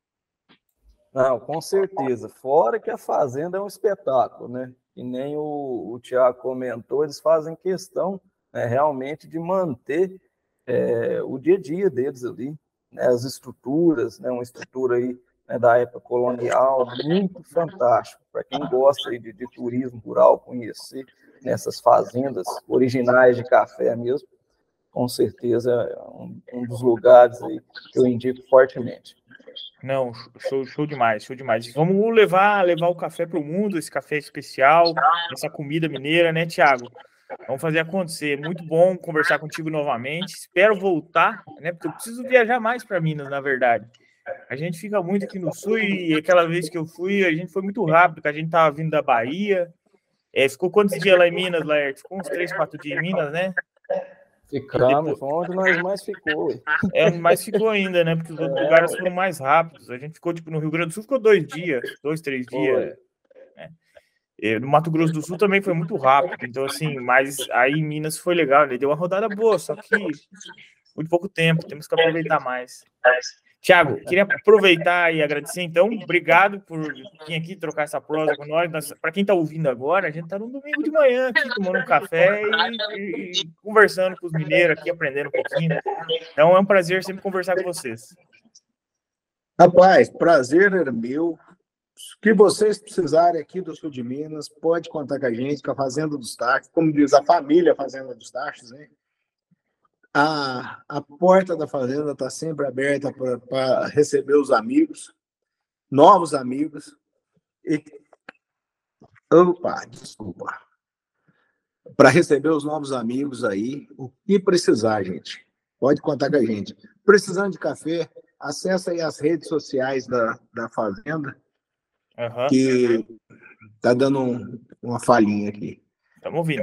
Não, com certeza. Fora que a Fazenda é um espetáculo, né? E nem o, o Thiago comentou, eles fazem questão, né, realmente de manter é, o dia a dia deles ali, né, as estruturas, né, uma estrutura aí, né, da época colonial, muito fantástico. Para quem gosta aí de, de turismo rural, conhecer nessas fazendas originais de café mesmo, com certeza é um, um dos lugares aí que eu indico fortemente. Não, show, show demais, show demais. Vamos levar, levar o café para o mundo, esse café especial, essa comida mineira, né, Thiago? Vamos fazer acontecer. Muito bom conversar contigo novamente. Espero voltar, né? Porque eu preciso viajar mais para Minas, na verdade. A gente fica muito aqui no sul e aquela vez que eu fui, a gente foi muito rápido, porque a gente estava vindo da Bahia. É, ficou quantos dias lá em Minas, Laerte? Ficou uns três, quatro dias em Minas, né? Ficamos, depois... foi onde nós mais ficou. É, mais ficou ainda, né? Porque os outros é, lugares foram mais rápidos. A gente ficou, tipo, no Rio Grande do Sul, ficou dois dias, dois, três dias. Né? E no Mato Grosso do Sul também foi muito rápido. Então, assim, mas aí em Minas foi legal. Ele deu uma rodada boa, só que muito pouco tempo. Temos que aproveitar mais. Tiago, queria aproveitar e agradecer, então. Obrigado por vir aqui trocar essa prosa com nós. Para quem está ouvindo agora, a gente está no domingo de manhã aqui, tomando um café e, e, e conversando com os mineiros aqui, aprendendo um pouquinho. Então, é um prazer sempre conversar com vocês. Rapaz, prazer era meu. O que vocês precisarem aqui do sul de Minas, pode contar com a gente, com a Fazenda dos Tachos, como diz a família Fazenda dos Tachos, né? A, a porta da fazenda está sempre aberta para receber os amigos, novos amigos. E, opa, desculpa. Para receber os novos amigos aí, o que precisar, gente. Pode contar com a gente. Precisando de café, acessa aí as redes sociais da, da fazenda, uhum. que está dando um, uma falhinha aqui. Estamos ouvindo.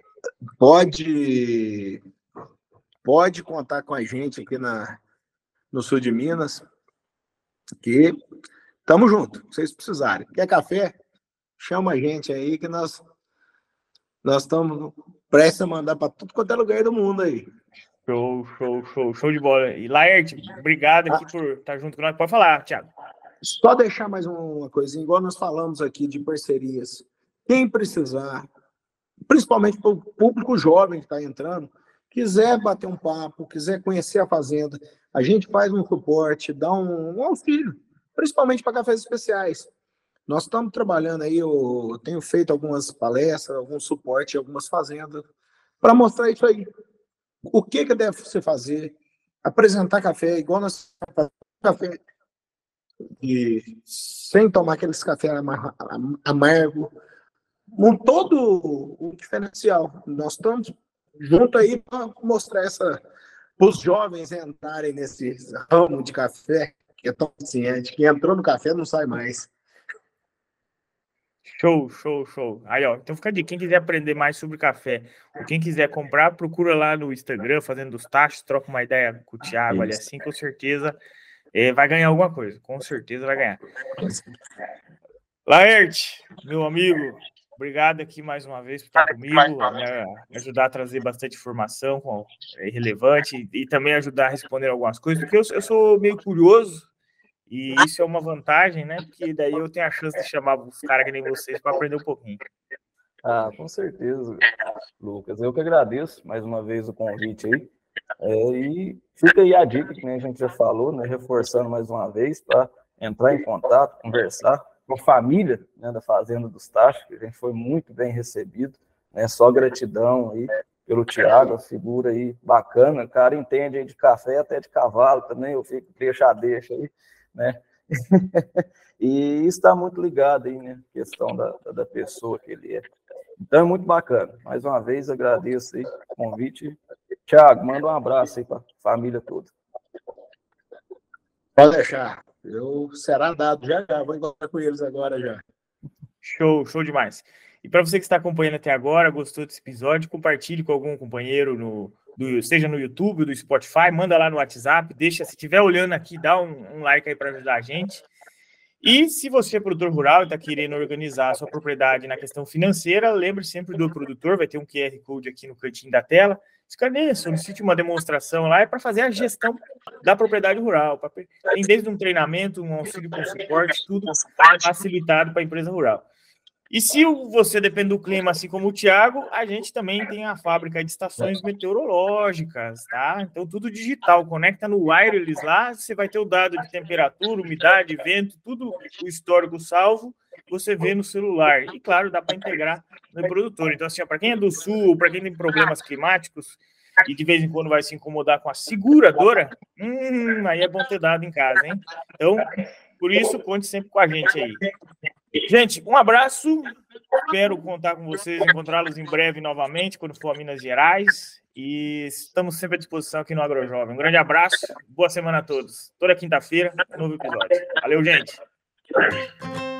Pode... Pode contar com a gente aqui na, no sul de Minas, que estamos juntos, se vocês precisarem. Quer café? Chama a gente aí, que nós nós estamos prestes a mandar para tudo quanto é lugar do mundo aí. Show, show, show, show de bola. E Laerte, obrigado aqui ah, por estar junto com nós. Pode falar, Thiago. Só deixar mais uma coisinha, igual nós falamos aqui de parcerias. Quem precisar, principalmente para o público jovem que está entrando, quiser bater um papo, quiser conhecer a fazenda, a gente faz um suporte, dá um, um auxílio, principalmente para cafés especiais. Nós estamos trabalhando aí, eu tenho feito algumas palestras, algum suporte em algumas fazendas, para mostrar isso aí. O que, que deve se fazer? Apresentar café, igual nós café, e sem tomar aqueles cafés amargos, com todo o diferencial. Nós estamos juntos aí para mostrar essa para os jovens entrarem nesse ramo de café, que é tão ciente, que entrou no café não sai mais. Show, show, show. Aí, ó, então fica de quem quiser aprender mais sobre café, ou quem quiser comprar, procura lá no Instagram, fazendo os tachos, troca uma ideia com o Thiago ali assim, com certeza é, vai ganhar alguma coisa, com certeza vai ganhar. Laerte, meu amigo, obrigado aqui mais uma vez por estar comigo, me ajudar a trazer bastante informação com, é, relevante e também ajudar a responder algumas coisas, porque eu, eu sou meio curioso. E isso é uma vantagem, né? Porque daí eu tenho a chance de chamar os caras que nem vocês para aprender um pouquinho. Ah, com certeza, Lucas. Eu que agradeço mais uma vez o convite aí. É, e fica aí a dica que a gente já falou, né? Reforçando mais uma vez, para entrar em contato, conversar com a família, né, da Fazenda dos Tachos, que a gente foi muito bem recebido, né? Só gratidão aí pelo Thiago, a figura aí bacana. O cara entende aí de café até de cavalo também, eu fico deixa deixa aí. Né? E isso está muito ligado aí, né? Questão da, da pessoa que ele é. Então é muito bacana. Mais uma vez agradeço aí o convite. Thiago, manda um abraço aí para a família toda. Pode deixar. Eu será dado já já. Vou embora com eles agora já. Show, show demais. E para você que está acompanhando até agora, gostou desse episódio, compartilhe com algum companheiro no Do, seja no YouTube, do Spotify, manda lá no WhatsApp, deixa, se estiver olhando aqui, dá um, um like aí para ajudar a gente. E se você é produtor rural e está querendo organizar a sua propriedade na questão financeira, lembre sempre do produtor, vai ter um Q R Code aqui no cantinho da tela, escaneie, solicite uma demonstração lá, é para fazer a gestão da propriedade rural, pra, tem desde um treinamento, um auxílio com suporte, tudo facilitado para a empresa rural. E se você depende do clima, assim como o Thiago, a gente também tem a fábrica de estações meteorológicas, tá? Então, tudo digital. Conecta no wireless lá, você vai ter o dado de temperatura, umidade, vento, tudo o histórico salvo, você vê no celular. E, claro, dá para integrar no produtor. Então, assim, para quem é do sul, para quem tem problemas climáticos e de vez em quando vai se incomodar com a seguradora, hum, aí é bom ter dado em casa, hein? Então, por isso, conte sempre com a gente aí. Gente, um abraço, espero contar com vocês, encontrá-los em breve novamente, quando for a Minas Gerais, e estamos sempre à disposição aqui no AgroJovem. Um grande abraço, boa semana a todos. Toda quinta-feira, novo episódio. Valeu, gente!